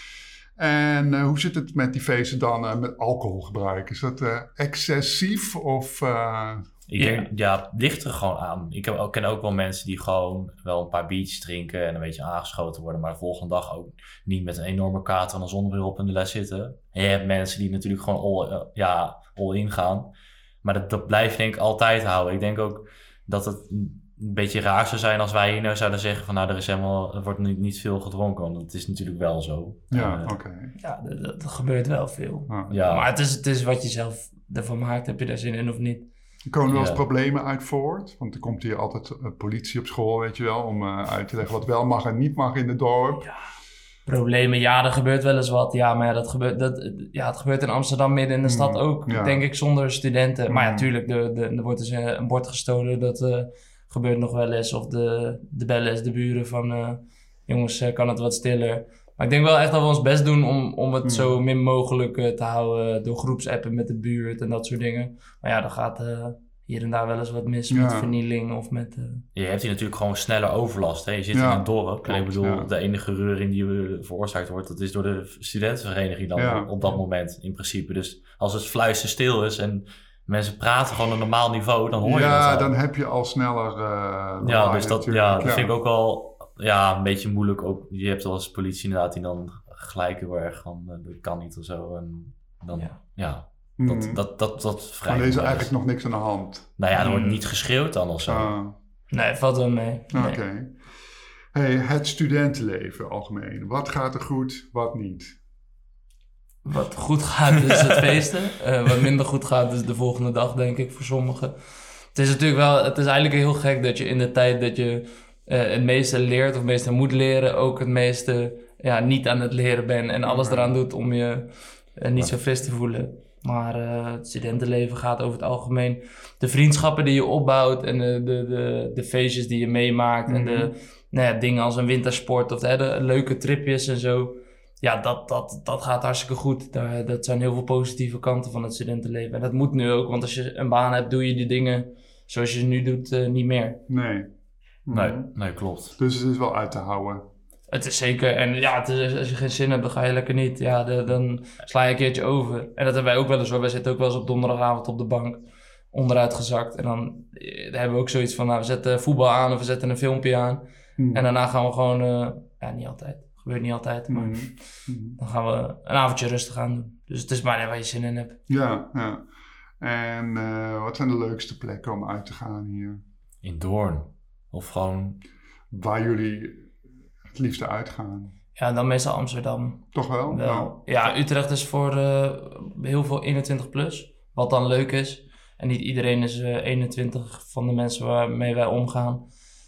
En hoe zit het met die feesten dan met alcoholgebruik? Is dat excessief of... Ik denk, ligt er gewoon aan. Ik ken ook wel mensen die gewoon wel een paar biertjes drinken en een beetje aangeschoten worden, maar de volgende dag ook niet met een enorme kater en een zonnebril op in de les zitten. En je hebt mensen die natuurlijk gewoon all in gaan. Maar dat blijft denk ik altijd houden. Ik denk ook dat het een beetje raar zou zijn als wij hier nou zouden zeggen van er wordt niet veel gedronken, want dat is natuurlijk wel zo. Ja, oké. Ja, dat gebeurt wel veel. Ja. Maar het is wat je zelf ervan maakt, heb je daar zin in of niet. Er komen wel eens problemen uit voort, want er komt hier altijd politie op school, weet je wel, om uit te leggen wat wel mag en niet mag in het dorp. Ja. Problemen, er gebeurt wel eens wat. Ja, maar het gebeurt in Amsterdam midden in de stad ook, denk ik, zonder studenten. Maar ja, tuurlijk, er wordt dus een bord gestolen, dat gebeurt nog wel eens. Of de bellen is de buren van, jongens, kan het wat stiller. Maar ik denk wel echt dat we ons best doen om het zo min mogelijk te houden door groepsappen met de buurt en dat soort dingen. Maar ja, dan gaat hier en daar wel eens wat mis met vernieling of met... Je hebt hier natuurlijk gewoon sneller overlast. Hè? Je zit in een dorp. En ik bedoel, de enige reuring die veroorzaakt wordt, dat is door de studentenvereniging dan op dat moment in principe. Dus als het fluister stil is en mensen praten gewoon op een normaal niveau, dan hoor je dat wel. Ja, dan heb je al sneller... dus dat vind ik ook wel... Ja, een beetje moeilijk ook. Je hebt wel als politie inderdaad die dan gelijk heel erg van dat kan niet of zo. En dan, dat vrij. Maar er is eigenlijk nog niks aan de hand. Nou ja, er wordt niet geschreeuwd dan of zo. Nee, valt wel mee. Oké. Hey, het studentenleven algemeen. Wat gaat er goed, wat niet? Wat goed gaat is het feesten. Wat minder goed gaat is de volgende dag, denk ik, voor sommigen. Het is natuurlijk wel... Het is eigenlijk heel gek dat je in de tijd dat je... het meeste leert of het meeste moet leren, ook het meeste niet aan het leren bent en alles eraan doet om je niet zo fris te voelen. Maar het studentenleven gaat over het algemeen. De vriendschappen die je opbouwt en de feestjes die je meemaakt en de dingen als een wintersport of de leuke tripjes en zo. Ja, dat gaat hartstikke goed. Dat zijn heel veel positieve kanten van het studentenleven. En dat moet nu ook, want als je een baan hebt, doe je die dingen zoals je ze nu doet niet meer. Nee, klopt. Dus het is wel uit te houden. Het is zeker. En als je geen zin hebt, dan ga je lekker niet. Ja, dan sla je een keertje over. En dat hebben wij ook wel eens hoor. Wij zitten ook wel eens op donderdagavond op de bank. Onderuit gezakt. En dan hebben we ook zoiets van, we zetten voetbal aan of we zetten een filmpje aan. En daarna gaan we gewoon, niet altijd. Gebeurt niet altijd, maar dan gaan we een avondje rustig aan doen. Dus het is maar net waar je zin in hebt. Ja. En wat zijn de leukste plekken om uit te gaan hier? In Doorn. Of gewoon... Waar jullie het liefste uitgaan? Ja, dan meestal Amsterdam. Toch wel? Ja, Utrecht is voor heel veel 21 plus. Wat dan leuk is. En niet iedereen is 21 van de mensen waarmee wij omgaan.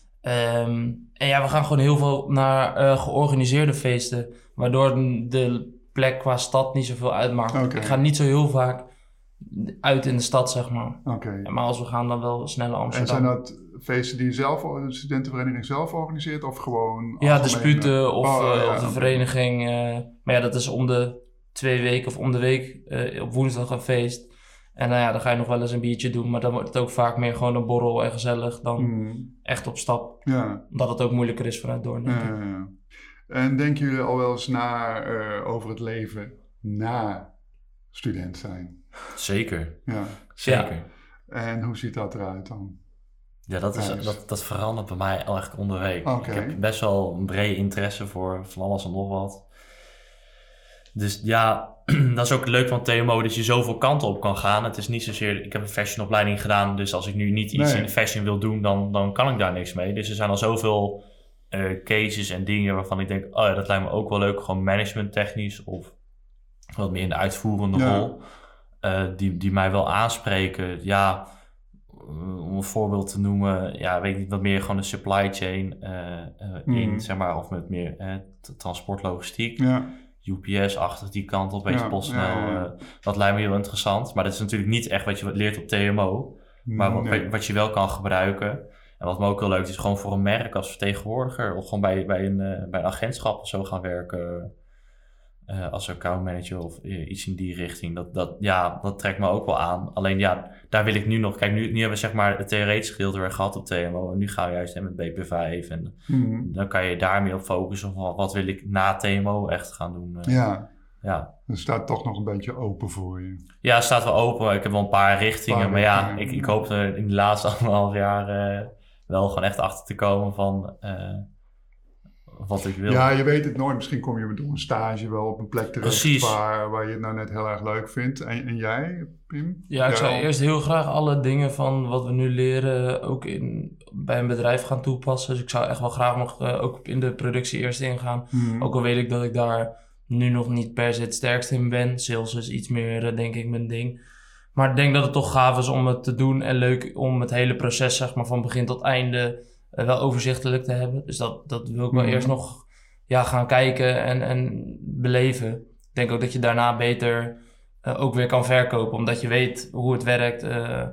En we gaan gewoon heel veel naar georganiseerde feesten. Waardoor de plek qua stad niet zoveel uitmaakt. Okay. Ik ga niet zo heel vaak uit in de stad, zeg maar. Okay. Maar als we gaan, dan wel snel naar Amsterdam. En zijn dat feesten die de studentenvereniging zelf organiseert? Of gewoon... Ja, disputen of de vereniging. Maar dat is om de 2 weken of om de week op woensdag een feest. En dan ga je nog wel eens een biertje doen. Maar dan wordt het ook vaak meer gewoon een borrel en gezellig dan echt op stap. Ja. Omdat het ook moeilijker is vanuit Doorn. En denken jullie al wel eens over het leven na student zijn? Zeker. Ja. Zeker. Ja. En hoe ziet dat eruit dan? Ja, dat verandert bij mij eigenlijk onderweek. Okay. Ik heb best wel een brede interesse voor van alles en nog wat. Dus ja, dat is ook leuk van TMO, dat je zoveel kanten op kan gaan. Het is niet zozeer, ik heb een fashionopleiding gedaan, dus als ik nu niet iets in de fashion wil doen, dan kan ik daar niks mee. Dus er zijn al zoveel cases en dingen waarvan ik denk, oh ja, dat lijkt me ook wel leuk. Gewoon managementtechnisch of wat meer in de uitvoerende rol. Die mij wel aanspreken. Ja, om een voorbeeld te noemen, weet ik niet, wat meer gewoon de supply chain in, zeg maar, of met meer transportlogistiek. Ja. UPS-achtig die kant op, beetje PostNL. Dat lijkt me heel interessant. Maar dat is natuurlijk niet echt wat je leert op TMO. Maar wat je wel kan gebruiken. En wat me ook heel leuk is, gewoon voor een merk als vertegenwoordiger. Of gewoon bij een agentschap of zo gaan werken. Als accountmanager of iets in die richting. Dat trekt me ook wel aan. Alleen daar wil ik nu nog... Kijk, nu hebben we zeg maar het theoretische gedeelte weer gehad op TMO. En nu gaan we juist met BP5. En dan kan je daarmee op focussen. Van wat wil ik na TMO echt gaan doen. Ja. Het staat toch nog een beetje open voor je. Ja, het staat wel open. Ik heb wel een paar richtingen. Maar ik hoop er in de laatste 1,5 jaar wel gewoon echt achter te komen van... wat ik wil. Ja, je weet het nooit. Misschien kom je door een stage wel op een plek terecht waar je het nou net heel erg leuk vindt. En jij, Pim? Ja, ik zou eerst heel graag alle dingen van wat we nu leren ook bij een bedrijf gaan toepassen. Dus ik zou echt wel graag nog ook in de productie eerst ingaan. Ook al weet ik dat ik daar nu nog niet per se het sterkste in ben. Sales is iets meer, denk ik, mijn ding. Maar ik denk dat het toch gaaf is om het te doen en leuk om het hele proces, zeg maar, van begin tot einde wel overzichtelijk te hebben. Dus dat wil ik wel eerst nog gaan kijken en beleven. Ik denk ook dat je daarna beter ook weer kan verkopen. Omdat je weet hoe het werkt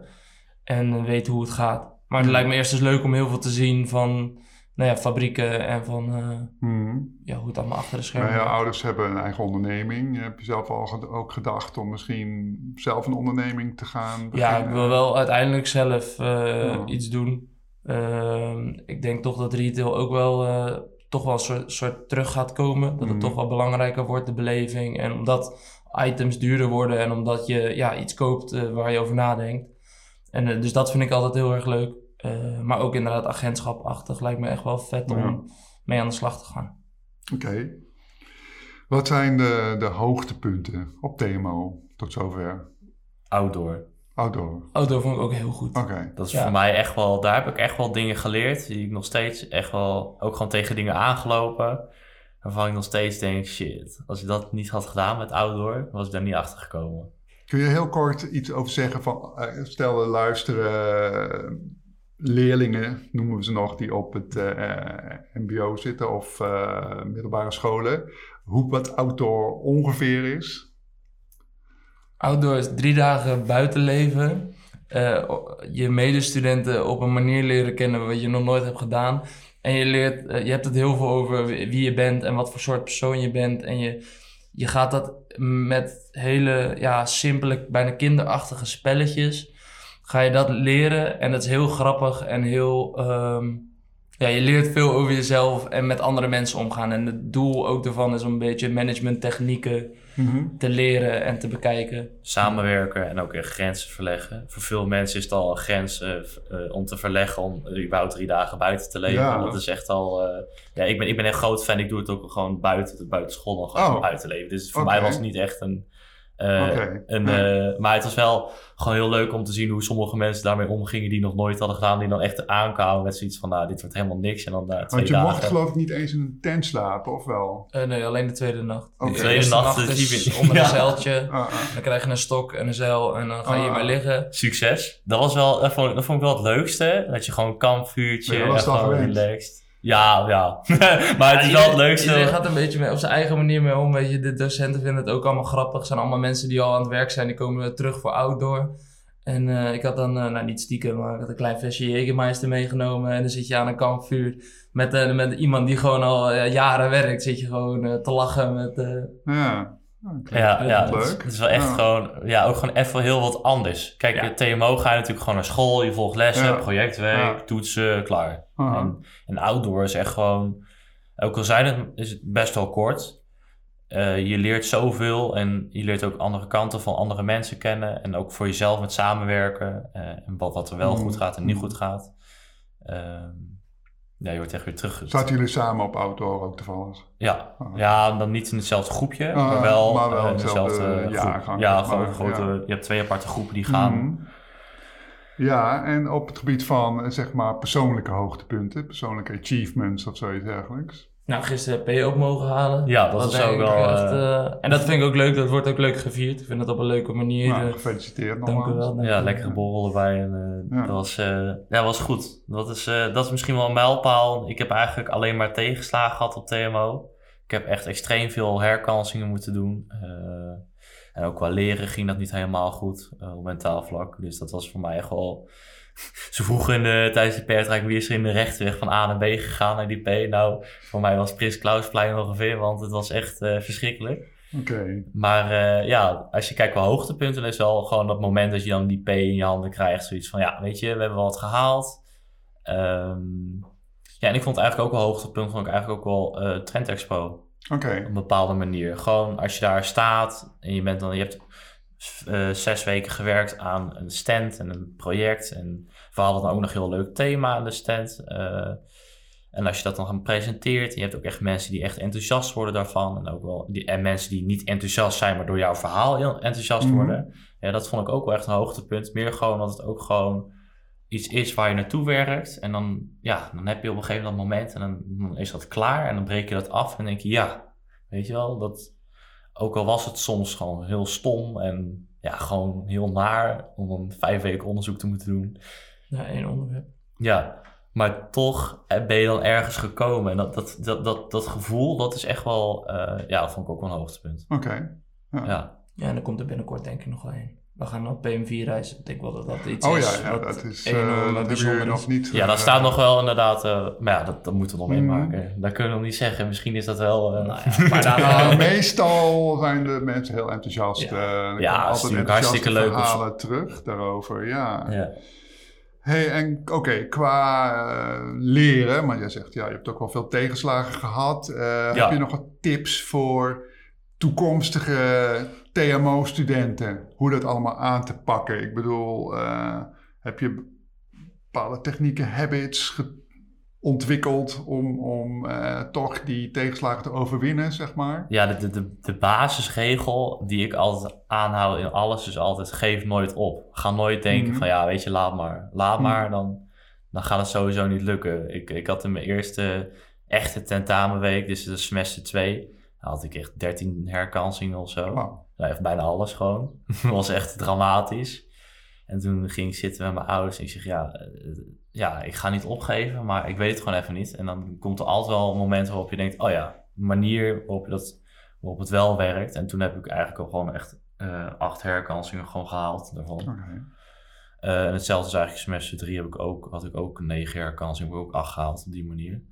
en weet hoe het gaat. Maar het lijkt me eerst eens leuk om heel veel te zien van fabrieken en van hoe het allemaal achter de schermen gaat. Jouw ouders hebben een eigen onderneming. Heb je zelf ook gedacht om misschien zelf een onderneming te gaan beginnen? Ja, ik wil wel uiteindelijk zelf iets doen. Ik denk toch dat retail ook wel een soort terug gaat komen. Dat het toch wel belangrijker wordt, de beleving. En omdat items duurder worden en omdat je iets koopt waar je over nadenkt. En dus dat vind ik altijd heel erg leuk. Maar ook inderdaad agentschapachtig lijkt me echt wel vet om mee aan de slag te gaan. Oké. Wat zijn de hoogtepunten op TMO tot zover? Outdoor vond ik ook heel goed. Okay. Dat is voor mij echt wel... Daar heb ik echt wel dingen geleerd die ik nog steeds echt wel... Ook gewoon tegen dingen aangelopen. Waarvan ik nog steeds denk, shit. Als ik dat niet had gedaan met outdoor, was ik daar niet achter gekomen. Kun je heel kort iets over zeggen van... Stel, er luisteren leerlingen, noemen we ze nog, die op het mbo zitten of middelbare scholen. Wat outdoor ongeveer is... Outdoor is 3 dagen buiten leven. Je medestudenten op een manier leren kennen wat je nog nooit hebt gedaan. En je hebt het heel veel over wie je bent en wat voor soort persoon je bent. En je gaat dat met hele simpele, bijna kinderachtige spelletjes. Ga je dat leren en dat is heel grappig en heel... je leert veel over jezelf en met andere mensen omgaan. En het doel ook daarvan is om een beetje managementtechnieken te leren en te bekijken. Samenwerken en ook grenzen verleggen. Voor veel mensen is het al een grens om te verleggen om überhaupt 3 dagen buiten te leven. Ja. Dat is echt al... ik ben echt groot fan. Ik doe het ook gewoon buiten school nog gewoon buiten leven. Dus voor mij was het niet echt een... Maar het was wel gewoon heel leuk om te zien hoe sommige mensen daarmee omgingen die nog nooit hadden gedaan, die dan echt aankwamen met zoiets van, dit wordt helemaal niks. En dan 2 dagen. Want je mocht geloof ik niet eens in een tent slapen, of wel? Nee, alleen de tweede nacht. De tweede nacht is onder een zeiltje. Dan krijg je een stok en een zeil en dan ga je maar liggen. Succes. Dat vond ik wel het leukste. Dat je gewoon een kampvuurtje en gewoon relaxed. Ja. Maar het is wel het leukste. Iedereen gaat een beetje op zijn eigen manier mee om. Weet je, de docenten vinden het ook allemaal grappig. Het zijn allemaal mensen die al aan het werk zijn. Die komen terug voor outdoor. En ik had dan, niet stiekem, maar ik had een klein flesje Jägermeister meegenomen. En dan zit je aan een kampvuur met iemand die gewoon al jaren werkt. Zit je gewoon te lachen met... Het is wel echt gewoon, ook gewoon even heel wat anders. Kijk, TMO ga je natuurlijk gewoon naar school, je volgt lessen, projectwerk, toetsen, klaar. En outdoor is echt gewoon, ook al is het best wel kort, je leert zoveel en je leert ook andere kanten van andere mensen kennen en ook voor jezelf met samenwerken en wat er wel goed gaat en niet goed gaat. Je wordt echt weer terug. Zaten jullie samen op outdoor ook toevallig? Ja. Ja, dan niet in hetzelfde groepje, maar wel in dezelfde jaargang. Ja, gewoon grote. Je hebt 2 aparte groepen die gaan. Ja, en op het gebied van, zeg maar, persoonlijke hoogtepunten, persoonlijke achievements of zoiets dergelijks. Nou, gisteren heb je ook mogen halen. Ja, dat is ook wel... en dat vind ik ook leuk, dat wordt ook leuk gevierd. Ik vind het op een leuke manier. Nou, gefeliciteerd Dank u wel. Ja, lekkere borrel erbij. En, dat was goed. Dat is misschien wel een mijlpaal. Ik heb eigenlijk alleen maar tegenslagen gehad op TMO. Ik heb echt extreem veel herkansingen moeten doen. En ook qua leren ging dat niet helemaal goed op mentaal vlak. Dus dat was voor mij echt wel... Ze vroegen tijdens de pertrijk wie is er in de rechtweg van A naar B gegaan naar die P. Nou, voor mij was Prins Klausplein ongeveer, want het was echt verschrikkelijk. Oké. Maar als je kijkt qua hoogtepunten, is wel gewoon dat moment dat je dan die P in je handen krijgt. Zoiets van, ja, weet je, we hebben wel wat gehaald. En ik vond eigenlijk ook wel hoogtepunt, vond ik eigenlijk ook wel Trend Expo. Oké. Op een bepaalde manier. Gewoon als je daar staat en je hebt 6 weken gewerkt aan een stand en een project. En we hadden dan ook nog een heel leuk thema aan de stand. En als je dat dan gaan presenteert, en je hebt ook echt mensen die echt enthousiast worden daarvan. En ook wel en mensen die niet enthousiast zijn, maar door jouw verhaal heel enthousiast worden. Ja, dat vond ik ook wel echt een hoogtepunt. Meer gewoon dat het ook gewoon iets is waar je naartoe werkt. En dan heb je op een gegeven moment en dan is dat klaar. En dan breek je dat af en denk je, ja, weet je wel, dat... Ook al was het soms gewoon heel stom en gewoon heel naar om een 5 weken onderzoek te moeten doen. Ja, 1 onderwerp. Ja, maar toch ben je dan ergens gekomen. En dat gevoel, dat is echt wel, dat vond ik ook wel een hoogtepunt. Oké. Ja, en dan komt er binnenkort denk ik nog wel een. We gaan op PM4 reizen. Ik denk wel dat dat iets is. Dat is enorm bijzonder nog niet. Ja, dat staat nog wel inderdaad. Maar dat moeten we nog meemaken. Dat kunnen we nog niet zeggen. Misschien is dat wel. Maar meestal zijn de mensen heel enthousiast. Altijd hartstikke leuk verhalen terug daarover. Ja. Hey, en qua leren, maar jij zegt je hebt ook wel veel tegenslagen gehad. Heb je nog wat tips voor toekomstige TMO-studenten, hoe dat allemaal aan te pakken? Ik bedoel, heb je bepaalde technieken, habits ontwikkeld om toch die tegenslagen te overwinnen, zeg maar? Ja, de basisregel die ik altijd aanhoud in alles is altijd, geef nooit op. Ga nooit denken van, weet je, laat maar, dan gaat het sowieso niet lukken. Ik had in mijn eerste echte tentamenweek, dus de semester 2... had ik echt 13 herkansingen of zo. Wow. Echt bijna alles gewoon. Dat was echt dramatisch. En toen ging ik zitten met mijn ouders en ik zeg, ik ga niet opgeven, maar ik weet het gewoon even niet. En dan komt er altijd wel een moment waarop je denkt, een manier waarop het wel werkt. En toen heb ik eigenlijk al gewoon echt 8 herkansingen gewoon gehaald daarvan. Okay. En hetzelfde is eigenlijk semester 3 had ik ook 9 herkansingen, heb ik ook 8 gehaald op die manier.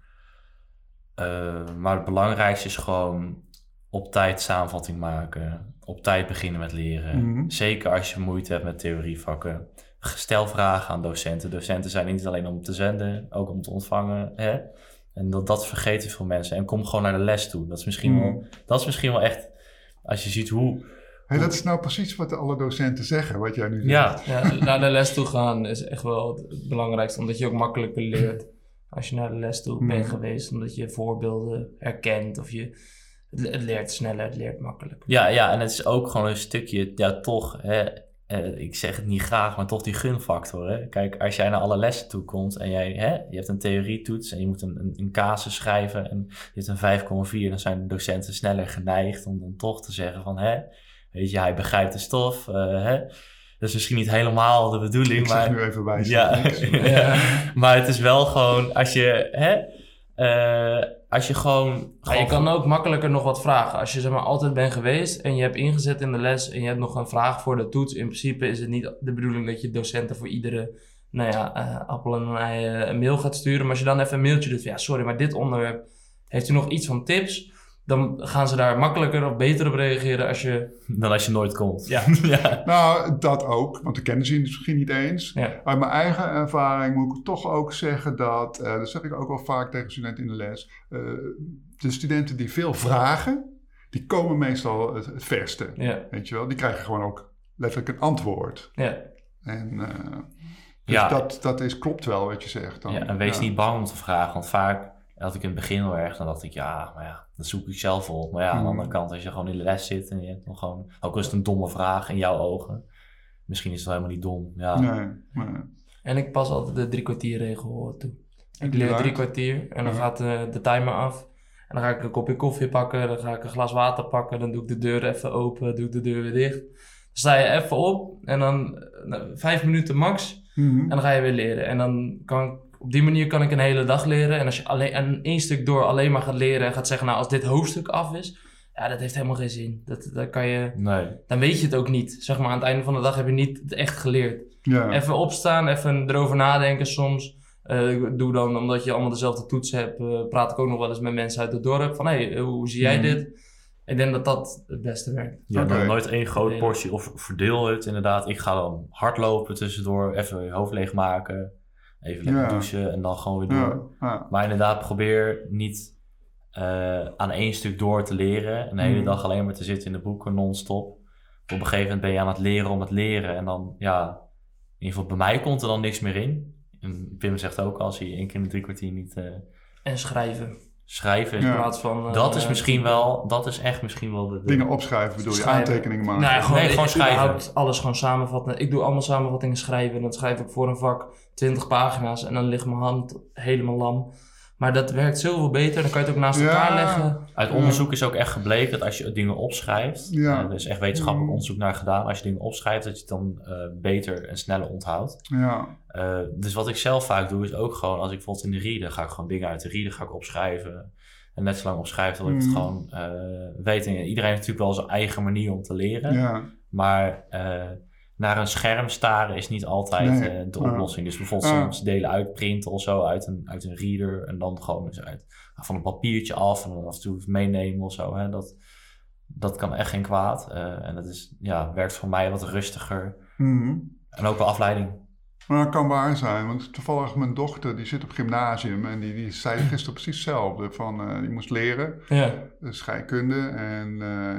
Maar het belangrijkste is gewoon op tijd samenvatting maken. Op tijd beginnen met leren. Zeker als je moeite hebt met theorievakken. Stel vragen aan docenten. Docenten zijn niet alleen om te zenden, ook om te ontvangen. Hè? En dat vergeten veel mensen. En kom gewoon naar de les toe. Dat is misschien wel echt, als je ziet hoe... dat is nou precies wat alle docenten zeggen, wat jij nu zegt. Ja, naar de les toe gaan is echt wel het belangrijkste. Omdat je ook makkelijker leert. Als je naar de les toe bent geweest, omdat je voorbeelden herkent of het leert sneller, het leert makkelijker. Ja, en het is ook gewoon een stukje, toch, ik zeg het niet graag, maar toch die gunfactor. Hè? Kijk, als jij naar alle lessen toe komt en je hebt een theorietoets en je moet een casus schrijven en je hebt een 5,4, dan zijn de docenten sneller geneigd om dan toch te zeggen van, weet je, hij begrijpt de stof, Dat is misschien niet helemaal de bedoeling. Ik zeg nu even bij. Maar het is wel gewoon, als je gewoon... Je kan ook makkelijker nog wat vragen. Als je zeg maar altijd bent geweest en je hebt ingezet in de les en je hebt nog een vraag voor de toets. In principe is het niet de bedoeling dat je docenten voor iedere appel en ei een mail gaat sturen. Maar als je dan even een mailtje doet van sorry, maar dit onderwerp, heeft u nog iets van tips? Dan gaan ze daar makkelijker of beter op reageren dan als je nooit komt. Ja. Nou, dat ook. Want de kennen ze misschien niet eens. Ja. Uit mijn eigen ervaring moet ik toch ook zeggen dat zeg ik ook wel vaak tegen studenten in de les. De studenten die veel vragen, die komen meestal het verste. Ja. Weet je wel? Die krijgen gewoon ook letterlijk een antwoord. Ja. En dat klopt wel wat je zegt. Dan, en wees niet bang om te vragen. Want vaak had ik in het begin wel erg, dan dacht ik, dat zoek ik zelf op. Maar aan de andere kant, als je gewoon in de les zit en je hebt nog gewoon, ook al is het een domme vraag in jouw ogen, misschien is het wel helemaal niet dom. Ja. Nee. En ik pas altijd de 3 kwartierregel toe. Ik die leer waard? 3 kwartier en dan Ja. gaat de timer af. En dan ga ik een kopje koffie pakken, dan ga ik een glas water pakken, dan doe ik de deur even open, doe ik de deur weer dicht. Dan sta je even op en dan 5 minuten max en dan ga je weer leren. En dan op die manier kan ik een hele dag leren. En als je en 1 stuk door alleen maar gaat leren en gaat zeggen, nou als dit hoofdstuk af is, ja, dat heeft helemaal geen zin. Dat kan je, dan weet je het ook niet. Zeg maar aan het einde van de dag heb je niet het echt geleerd. Ja. Even opstaan, even erover nadenken soms. Ik doe dan, omdat je allemaal dezelfde toetsen hebt, praat ik ook nog wel eens met mensen uit het dorp. Van, hoe zie jij dit? Ik denk dat dat het beste werkt. Ja, Oké. dan nooit 1 groot portie of verdeel het inderdaad. Ik ga dan hardlopen tussendoor, even je hoofd leegmaken. Even lekker douchen en dan gewoon weer door. Ja. Maar inderdaad, probeer niet aan 1 stuk door te leren. En de hele dag alleen maar te zitten in de boeken non-stop. Op een gegeven moment ben je aan het leren om het leren. En dan, ja, in ieder geval bij mij komt er dan niks meer in. En Pim zegt ook, als hij 1 keer in de 3 kwartier niet En schrijven. schrijven. In plaats van... Dat is misschien wel, dat is echt misschien wel de... Dingen opschrijven, bedoel je, aantekeningen maken? Nee, gewoon schrijven. Überhaupt alles gewoon samenvatten. Ik doe allemaal samenvattingen schrijven. En dan schrijf ik voor een vak 20 pagina's. En dan ligt mijn hand helemaal lam. Maar dat werkt zoveel beter. Dan kan je het ook naast elkaar leggen. Uit onderzoek is ook echt gebleken dat als je dingen opschrijft... er is echt wetenschappelijk onderzoek naar gedaan. Als je dingen opschrijft, dat je het dan beter en sneller onthoudt. Ja. Dus wat ik zelf vaak doe, is ook gewoon... als ik bijvoorbeeld in de reader ga ik gewoon dingen uit de reader ga ik opschrijven. En net zo lang opschrijven dat ik het gewoon weet. En iedereen heeft natuurlijk wel zijn eigen manier om te leren. Ja. Maar naar een scherm staren is niet altijd de oplossing. Dus bijvoorbeeld soms delen uitprinten of zo uit een reader. En dan gewoon eens van een papiertje af en dan af en toe meenemen of zo. Hè. Dat kan echt geen kwaad. En dat is, werkt voor mij wat rustiger. En ook wel afleiding. Maar dat kan waar zijn, want toevallig mijn dochter die zit op gymnasium en die zei gisteren precies hetzelfde. Van, die moest leren, scheikunde en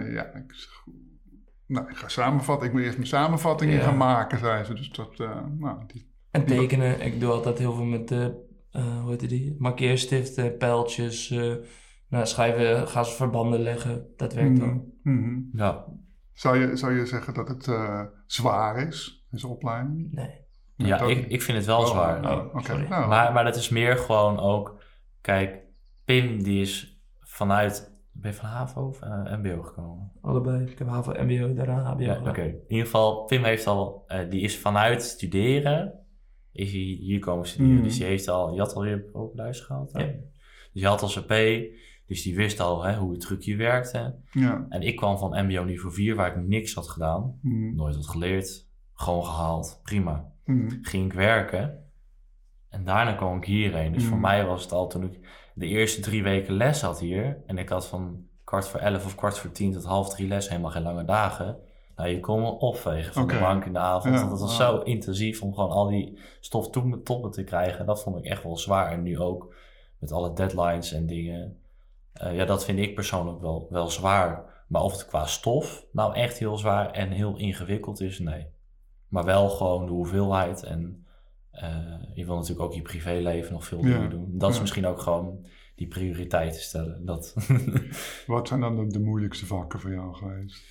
ik ga samenvatten. Ik moet eerst mijn samenvattingen gaan maken, zei ze. Dus dat, En tekenen. Ik doe altijd heel veel met hoe heet die? Markeerstiften, pijltjes. Schrijven, gaan ze verbanden leggen. Dat werkt wel. Ja. Zou je zeggen dat het zwaar is, deze opleiding? Nee. Ja, ik vind het wel zwaar. Okay. Maar dat is meer gewoon ook... Kijk, Pim die is vanuit... Ben je van HAVO of MBO gekomen? Allebei. Ik heb HAVO, MBO, daarna HBO. Ja, oké. In ieder geval, Pim heeft al... die is vanuit studeren... Is hij hier komen studeren. Dus die had al weer op lijst gehaald. Ja. Dus hij had al zijn P... Dus die wist al hoe het trucje werkte. Ja. En ik kwam van MBO niveau 4, waar ik niks had gedaan. Nooit had geleerd. Gewoon gehaald. Prima. Ging ik werken. En daarna kwam ik hierheen. Dus voor mij was het al toen ik de eerste 3 weken les had hier. En ik had van 11:15 of 12:45 tot 2:30 les. Helemaal geen lange dagen. Nou, je kon me opvegen van de bank in de avond. Ja. Dat was zo intensief om gewoon al die stof toppen te krijgen. Dat vond ik echt wel zwaar. En nu ook met alle deadlines en dingen... dat vind ik persoonlijk wel zwaar. Maar of het qua stof nou echt heel zwaar en heel ingewikkeld is, nee. Maar wel gewoon de hoeveelheid. En je wil natuurlijk ook je privéleven nog veel dingen doen. Dat is misschien ook gewoon die prioriteiten stellen. Dat. Wat zijn dan de moeilijkste vakken voor jou geweest?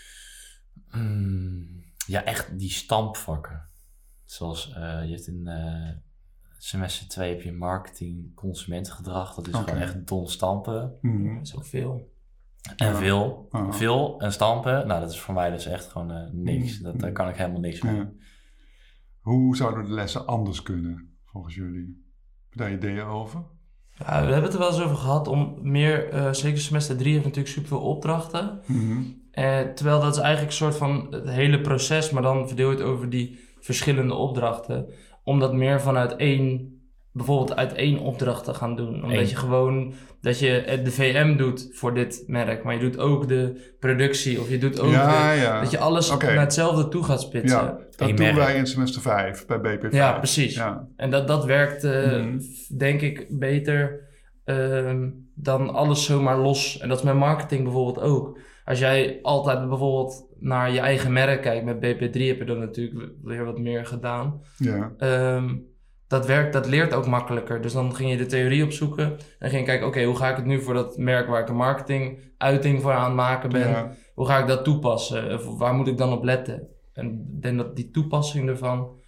Echt die stampvakken. Zoals je hebt in... semester 2 heb je marketing, consumentengedrag. Dat is gewoon echt dom stampen. Dat is ook veel. En veel en stampen. Nou, dat is voor mij dus echt gewoon niks. Daar kan ik helemaal niks mee. Hoe zouden de lessen anders kunnen, volgens jullie? Heb je daar ideeën over? Ja, we hebben het er wel eens over gehad om meer... zeker semester 3 heeft natuurlijk superveel opdrachten. Terwijl dat is eigenlijk een soort van het hele proces... maar dan verdeel je het over die verschillende opdrachten... om dat meer vanuit bijvoorbeeld uit 1 opdracht te gaan doen. Omdat je gewoon, dat je de VM doet voor dit merk, maar je doet ook de productie of je doet ook dat je alles naar hetzelfde toe gaat spitsen. Ja, dat doen wij in semester 5 bij BP5. Ja, precies. Ja. En dat werkt denk ik beter dan alles zomaar los. En dat is met marketing bijvoorbeeld ook. Als jij altijd bijvoorbeeld naar je eigen merk kijkt, met BP3 heb je dan natuurlijk weer wat meer gedaan. Ja. Dat leert ook makkelijker. Dus dan ging je de theorie opzoeken en ging je kijken, hoe ga ik het nu voor dat merk waar ik een marketinguiting voor aan het maken ben, hoe ga ik dat toepassen? Waar moet ik dan op letten? En ik denk dat die toepassing ervan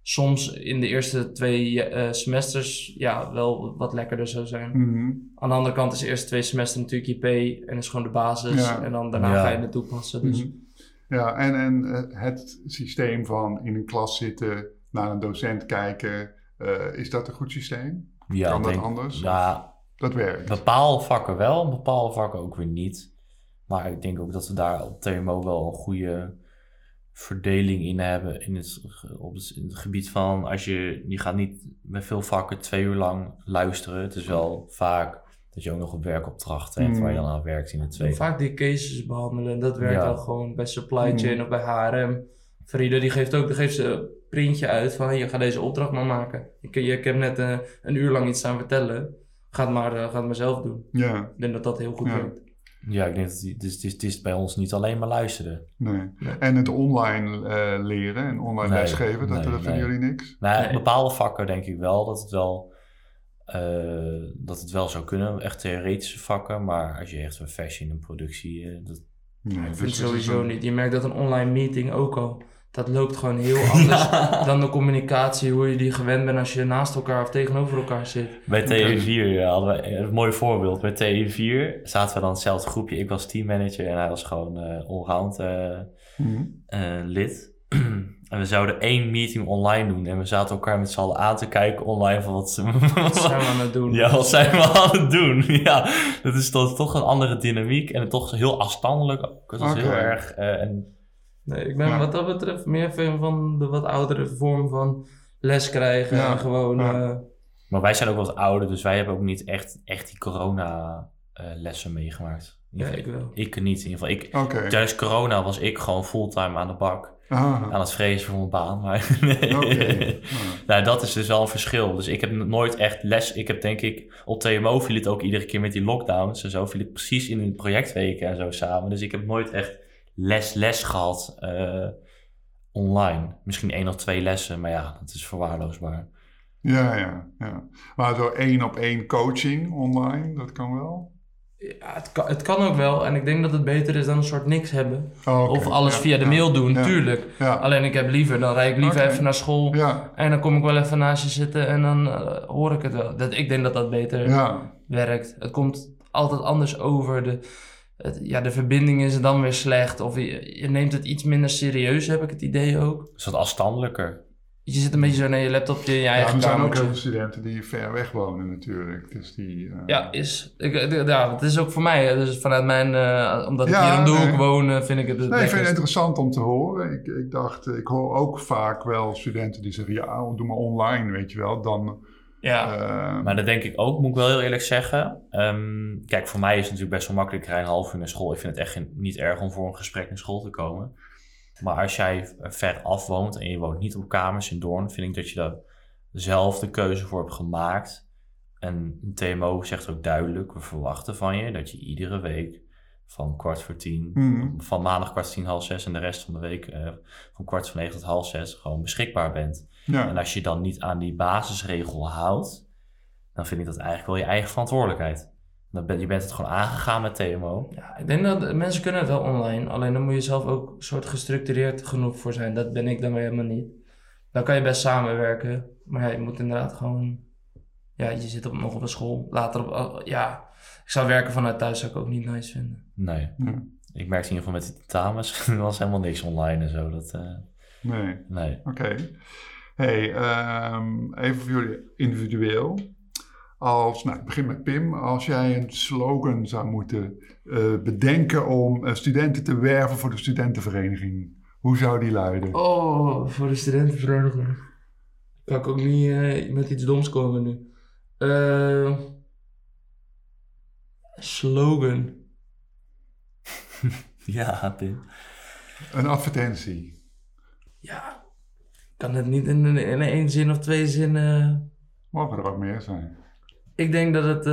soms in de eerste 2 semesters wel wat lekkerder zou zijn. Mm-hmm. Aan de andere kant is de eerste 2 semesters natuurlijk IP en is gewoon de basis. Ja. En dan daarna ga je het toepassen. Dus. Mm-hmm. Ja, en het systeem van in een klas zitten, naar een docent kijken, is dat een goed systeem? Ja, kan dat anders? Ja, dat werkt. Bepaalde vakken wel, bepaalde vakken ook weer niet. Maar ik denk ook dat we daar op TMO wel een goede verdeling in hebben in het gebied van je gaat niet met veel vakken 2 uur lang luisteren. Het is wel vaak dat je ook nog een werkopdracht hebt waar je dan aan werkt in de tweede. Vaak die cases behandelen, dat werkt wel gewoon bij supply chain of bij HRM. Farida die geeft een printje uit van je gaat deze opdracht maar maken. Ik heb net een uur lang iets staan vertellen. Ga het maar zelf doen. Ja. Ik denk dat dat heel goed werkt. Ja, ik denk dat het is bij ons niet alleen maar luisteren. Nee. En het online leren en online lesgeven, dat vinden jullie niks? Nou, bepaalde vakken denk ik wel dat het wel zou kunnen. Echt theoretische vakken, maar als je echt een fashion en productie... ik vind het sowieso niet. Je merkt dat een online meeting ook al... Dat loopt gewoon heel anders dan de communicatie, hoe je die gewend bent als je naast elkaar of tegenover elkaar zit. Bij TE4 hadden we een mooi voorbeeld. Bij TE4 zaten we dan hetzelfde groepje. Ik was teammanager en hij was gewoon allround lid. En we zouden 1 meeting online doen. En we zaten elkaar met z'n allen aan te kijken online van wat zijn we aan het doen? Ja, wat zijn we aan het doen? Ja, dat is toch een andere dynamiek. En toch heel afstandelijk. Het was heel erg... Nee, ik ben wat dat betreft meer fan van de wat oudere vorm van les krijgen en gewoon... Maar wij zijn ook wat ouder, dus wij hebben ook niet echt die corona lessen meegemaakt. Ja, ik wel. Ik niet in ieder geval. Tijdens corona was ik gewoon fulltime aan de bak. Aan het vrezen voor mijn baan. Maar nou, dat is dus wel een verschil. Dus ik heb nooit echt les. Ik heb denk ik, op TMO viel het ook iedere keer met die lockdowns en zo. Viel het precies in de projectweken en zo samen. Dus ik heb nooit echt les gehad online. Misschien 1 of 2 lessen, maar ja, dat is verwaarloosbaar. Ja. Maar zo 1-op-1 coaching online, dat kan wel? Ja, het kan ook wel. En ik denk dat het beter is dan een soort niks hebben. Of alles via de mail doen, tuurlijk. Ja. Alleen dan rijd ik liever even naar school. Ja. En dan kom ik wel even naast je zitten en dan hoor ik het wel. Ik denk dat dat beter werkt. Het komt altijd anders over. De verbinding is dan weer slecht. Of je neemt het iets minder serieus, heb ik het idee ook. Is dat afstandelijker? Je zit een beetje zo naar je laptopje in je eigen kamer. Er zijn ook heel veel studenten die ver weg wonen natuurlijk. Dus die, het is ook voor mij. Dus vanuit mijn... omdat ik hier om de hoek woon, vind ik het... Nee, ik vind het interessant om te horen. Ik dacht, ik hoor ook vaak wel studenten die zeggen... Ja, doe maar online, weet je wel. Dan... Ja, maar dat denk ik ook, moet ik wel heel eerlijk zeggen. Kijk, voor mij is het natuurlijk best wel makkelijk. Ik rij een half uur naar school. Ik vind het echt niet erg om voor een gesprek naar school te komen. Maar als jij ver af woont en je woont niet op kamers in Doorn, vind ik dat je daar zelf de keuze voor hebt gemaakt. En TMO zegt ook duidelijk, we verwachten van je dat je iedere week van 9:15, van maandag 9:15, 5:30 en de rest van de week van 5:45 tot 5:30 gewoon beschikbaar bent. Ja. En als je dan niet aan die basisregel houdt, dan vind ik dat eigenlijk wel je eigen verantwoordelijkheid. Je bent het gewoon aangegaan met TMO. Ja, ik denk dat mensen kunnen het wel online. Alleen dan moet je zelf ook een soort gestructureerd genoeg voor zijn. Dat ben ik dan weer helemaal niet. Dan kan je best samenwerken. Maar ja, je moet inderdaad gewoon... Ja, je zit nog op een school. Later ik zou werken vanuit thuis, zou ik ook niet nice vinden. Nee. Ik merkte in ieder geval met die tentamens, er was helemaal niks online en zo. Nee. Oké. Hey, even voor jullie individueel. Ik begin met Pim. Als jij een slogan zou moeten bedenken om studenten te werven voor de studentenvereniging, hoe zou die luiden? Oh, voor de studentenvereniging. Kan ik ook niet met iets doms komen nu. Slogan. Ja, Pim. Een advertentie. Ja, kan het niet in 1 zin of 2 zinnen... Mogen er ook meer zijn. Ik denk dat het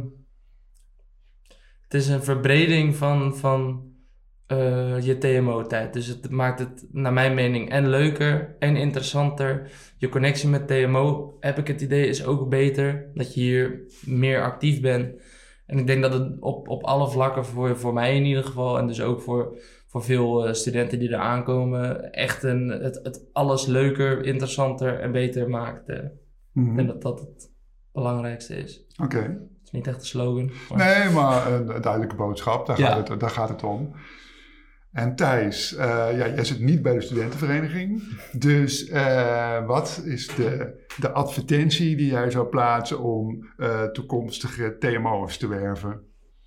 is een verbreding van je TMO-tijd. Dus het maakt het, naar mijn mening, en leuker en interessanter. Je connectie met TMO, heb ik het idee, is ook beter. Dat je hier meer actief bent. En ik denk dat het op alle vlakken, voor mij in ieder geval, en dus ook voor voor veel studenten die er aankomen echt het alles leuker, interessanter en beter maakt. Ik denk dat dat het belangrijkste is. Oké. Het is niet echt een slogan. Maar... Nee, maar een duidelijke boodschap, daar gaat het om. En Thijs, jij zit niet bij de studentenvereniging. Dus wat is de advertentie die jij zou plaatsen om toekomstige TMO'ers te werven?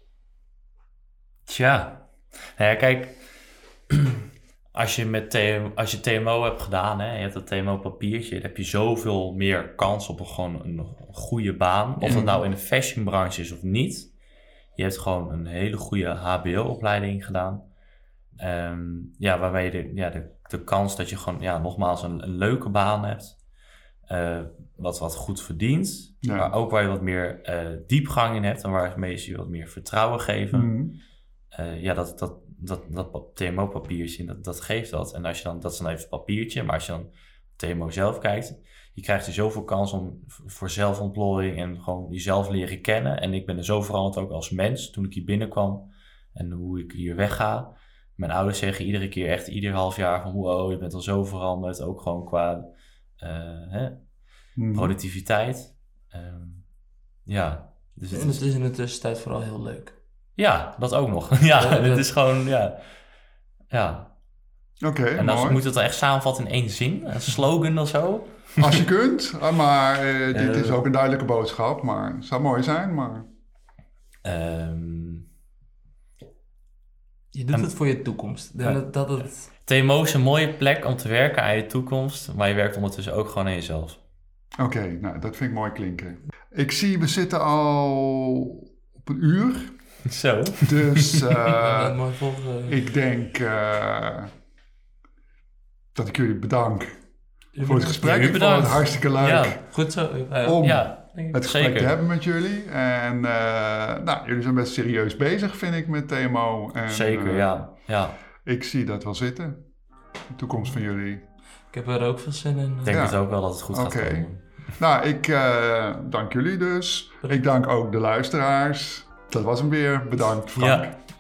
Tja, nou ja, kijk, als je TMO hebt gedaan, hè, je hebt dat TMO-papiertje, dan heb je zoveel meer kans op een goede baan. Of dat nou in de fashionbranche is of niet. Je hebt gewoon een hele goede HBO-opleiding gedaan. Waarmee de kans dat je gewoon, nogmaals, een leuke baan hebt. Wat goed verdient. Ja. Maar ook waar je wat meer diepgang in hebt. En waarmee ze je wat meer vertrouwen geven. Dat TMO-papiertje, dat geeft dat. En als je dan, dat is dan even het papiertje. Maar als je dan TMO zelf kijkt. Je krijgt er zoveel kans voor zelfontplooiing. En gewoon jezelf leren kennen. En ik ben er zo veranderd ook als mens. Toen ik hier binnenkwam. En hoe ik hier wegga. Mijn ouders zeggen iedere keer, echt ieder half jaar van wow, je bent al zo veranderd. Ook gewoon qua productiviteit. Dus het is in de tussentijd vooral heel leuk. Ja, dat ook nog. Het is gewoon, Oké, en dan moet het dan echt samenvatten in één zin? Een slogan of zo? Als je kunt, maar dit is ook een duidelijke boodschap. Maar het zou mooi zijn, maar... Je doet het voor je toekomst. TMO is een mooie plek om te werken aan je toekomst, maar je werkt ondertussen ook gewoon aan jezelf. Oké, nou dat vind ik mooi klinken. Ik zie, we zitten al op 1 uur. Zo. Dus ik denk dat ik jullie bedank voor het gesprek. Ik vond het hartstikke leuk. Ja, goed zo. Om het gesprek te hebben met jullie. En jullie zijn best serieus bezig, vind ik, met TMO. En, zeker, ja. Ik zie dat wel zitten. De toekomst van jullie. Ik heb er ook veel zin in. Ik denk dus ook wel dat het goed gaat komen. Nou, ik dank jullie dus. Ik dank ook de luisteraars. Dat was hem weer. Bedankt, Frank. Ja.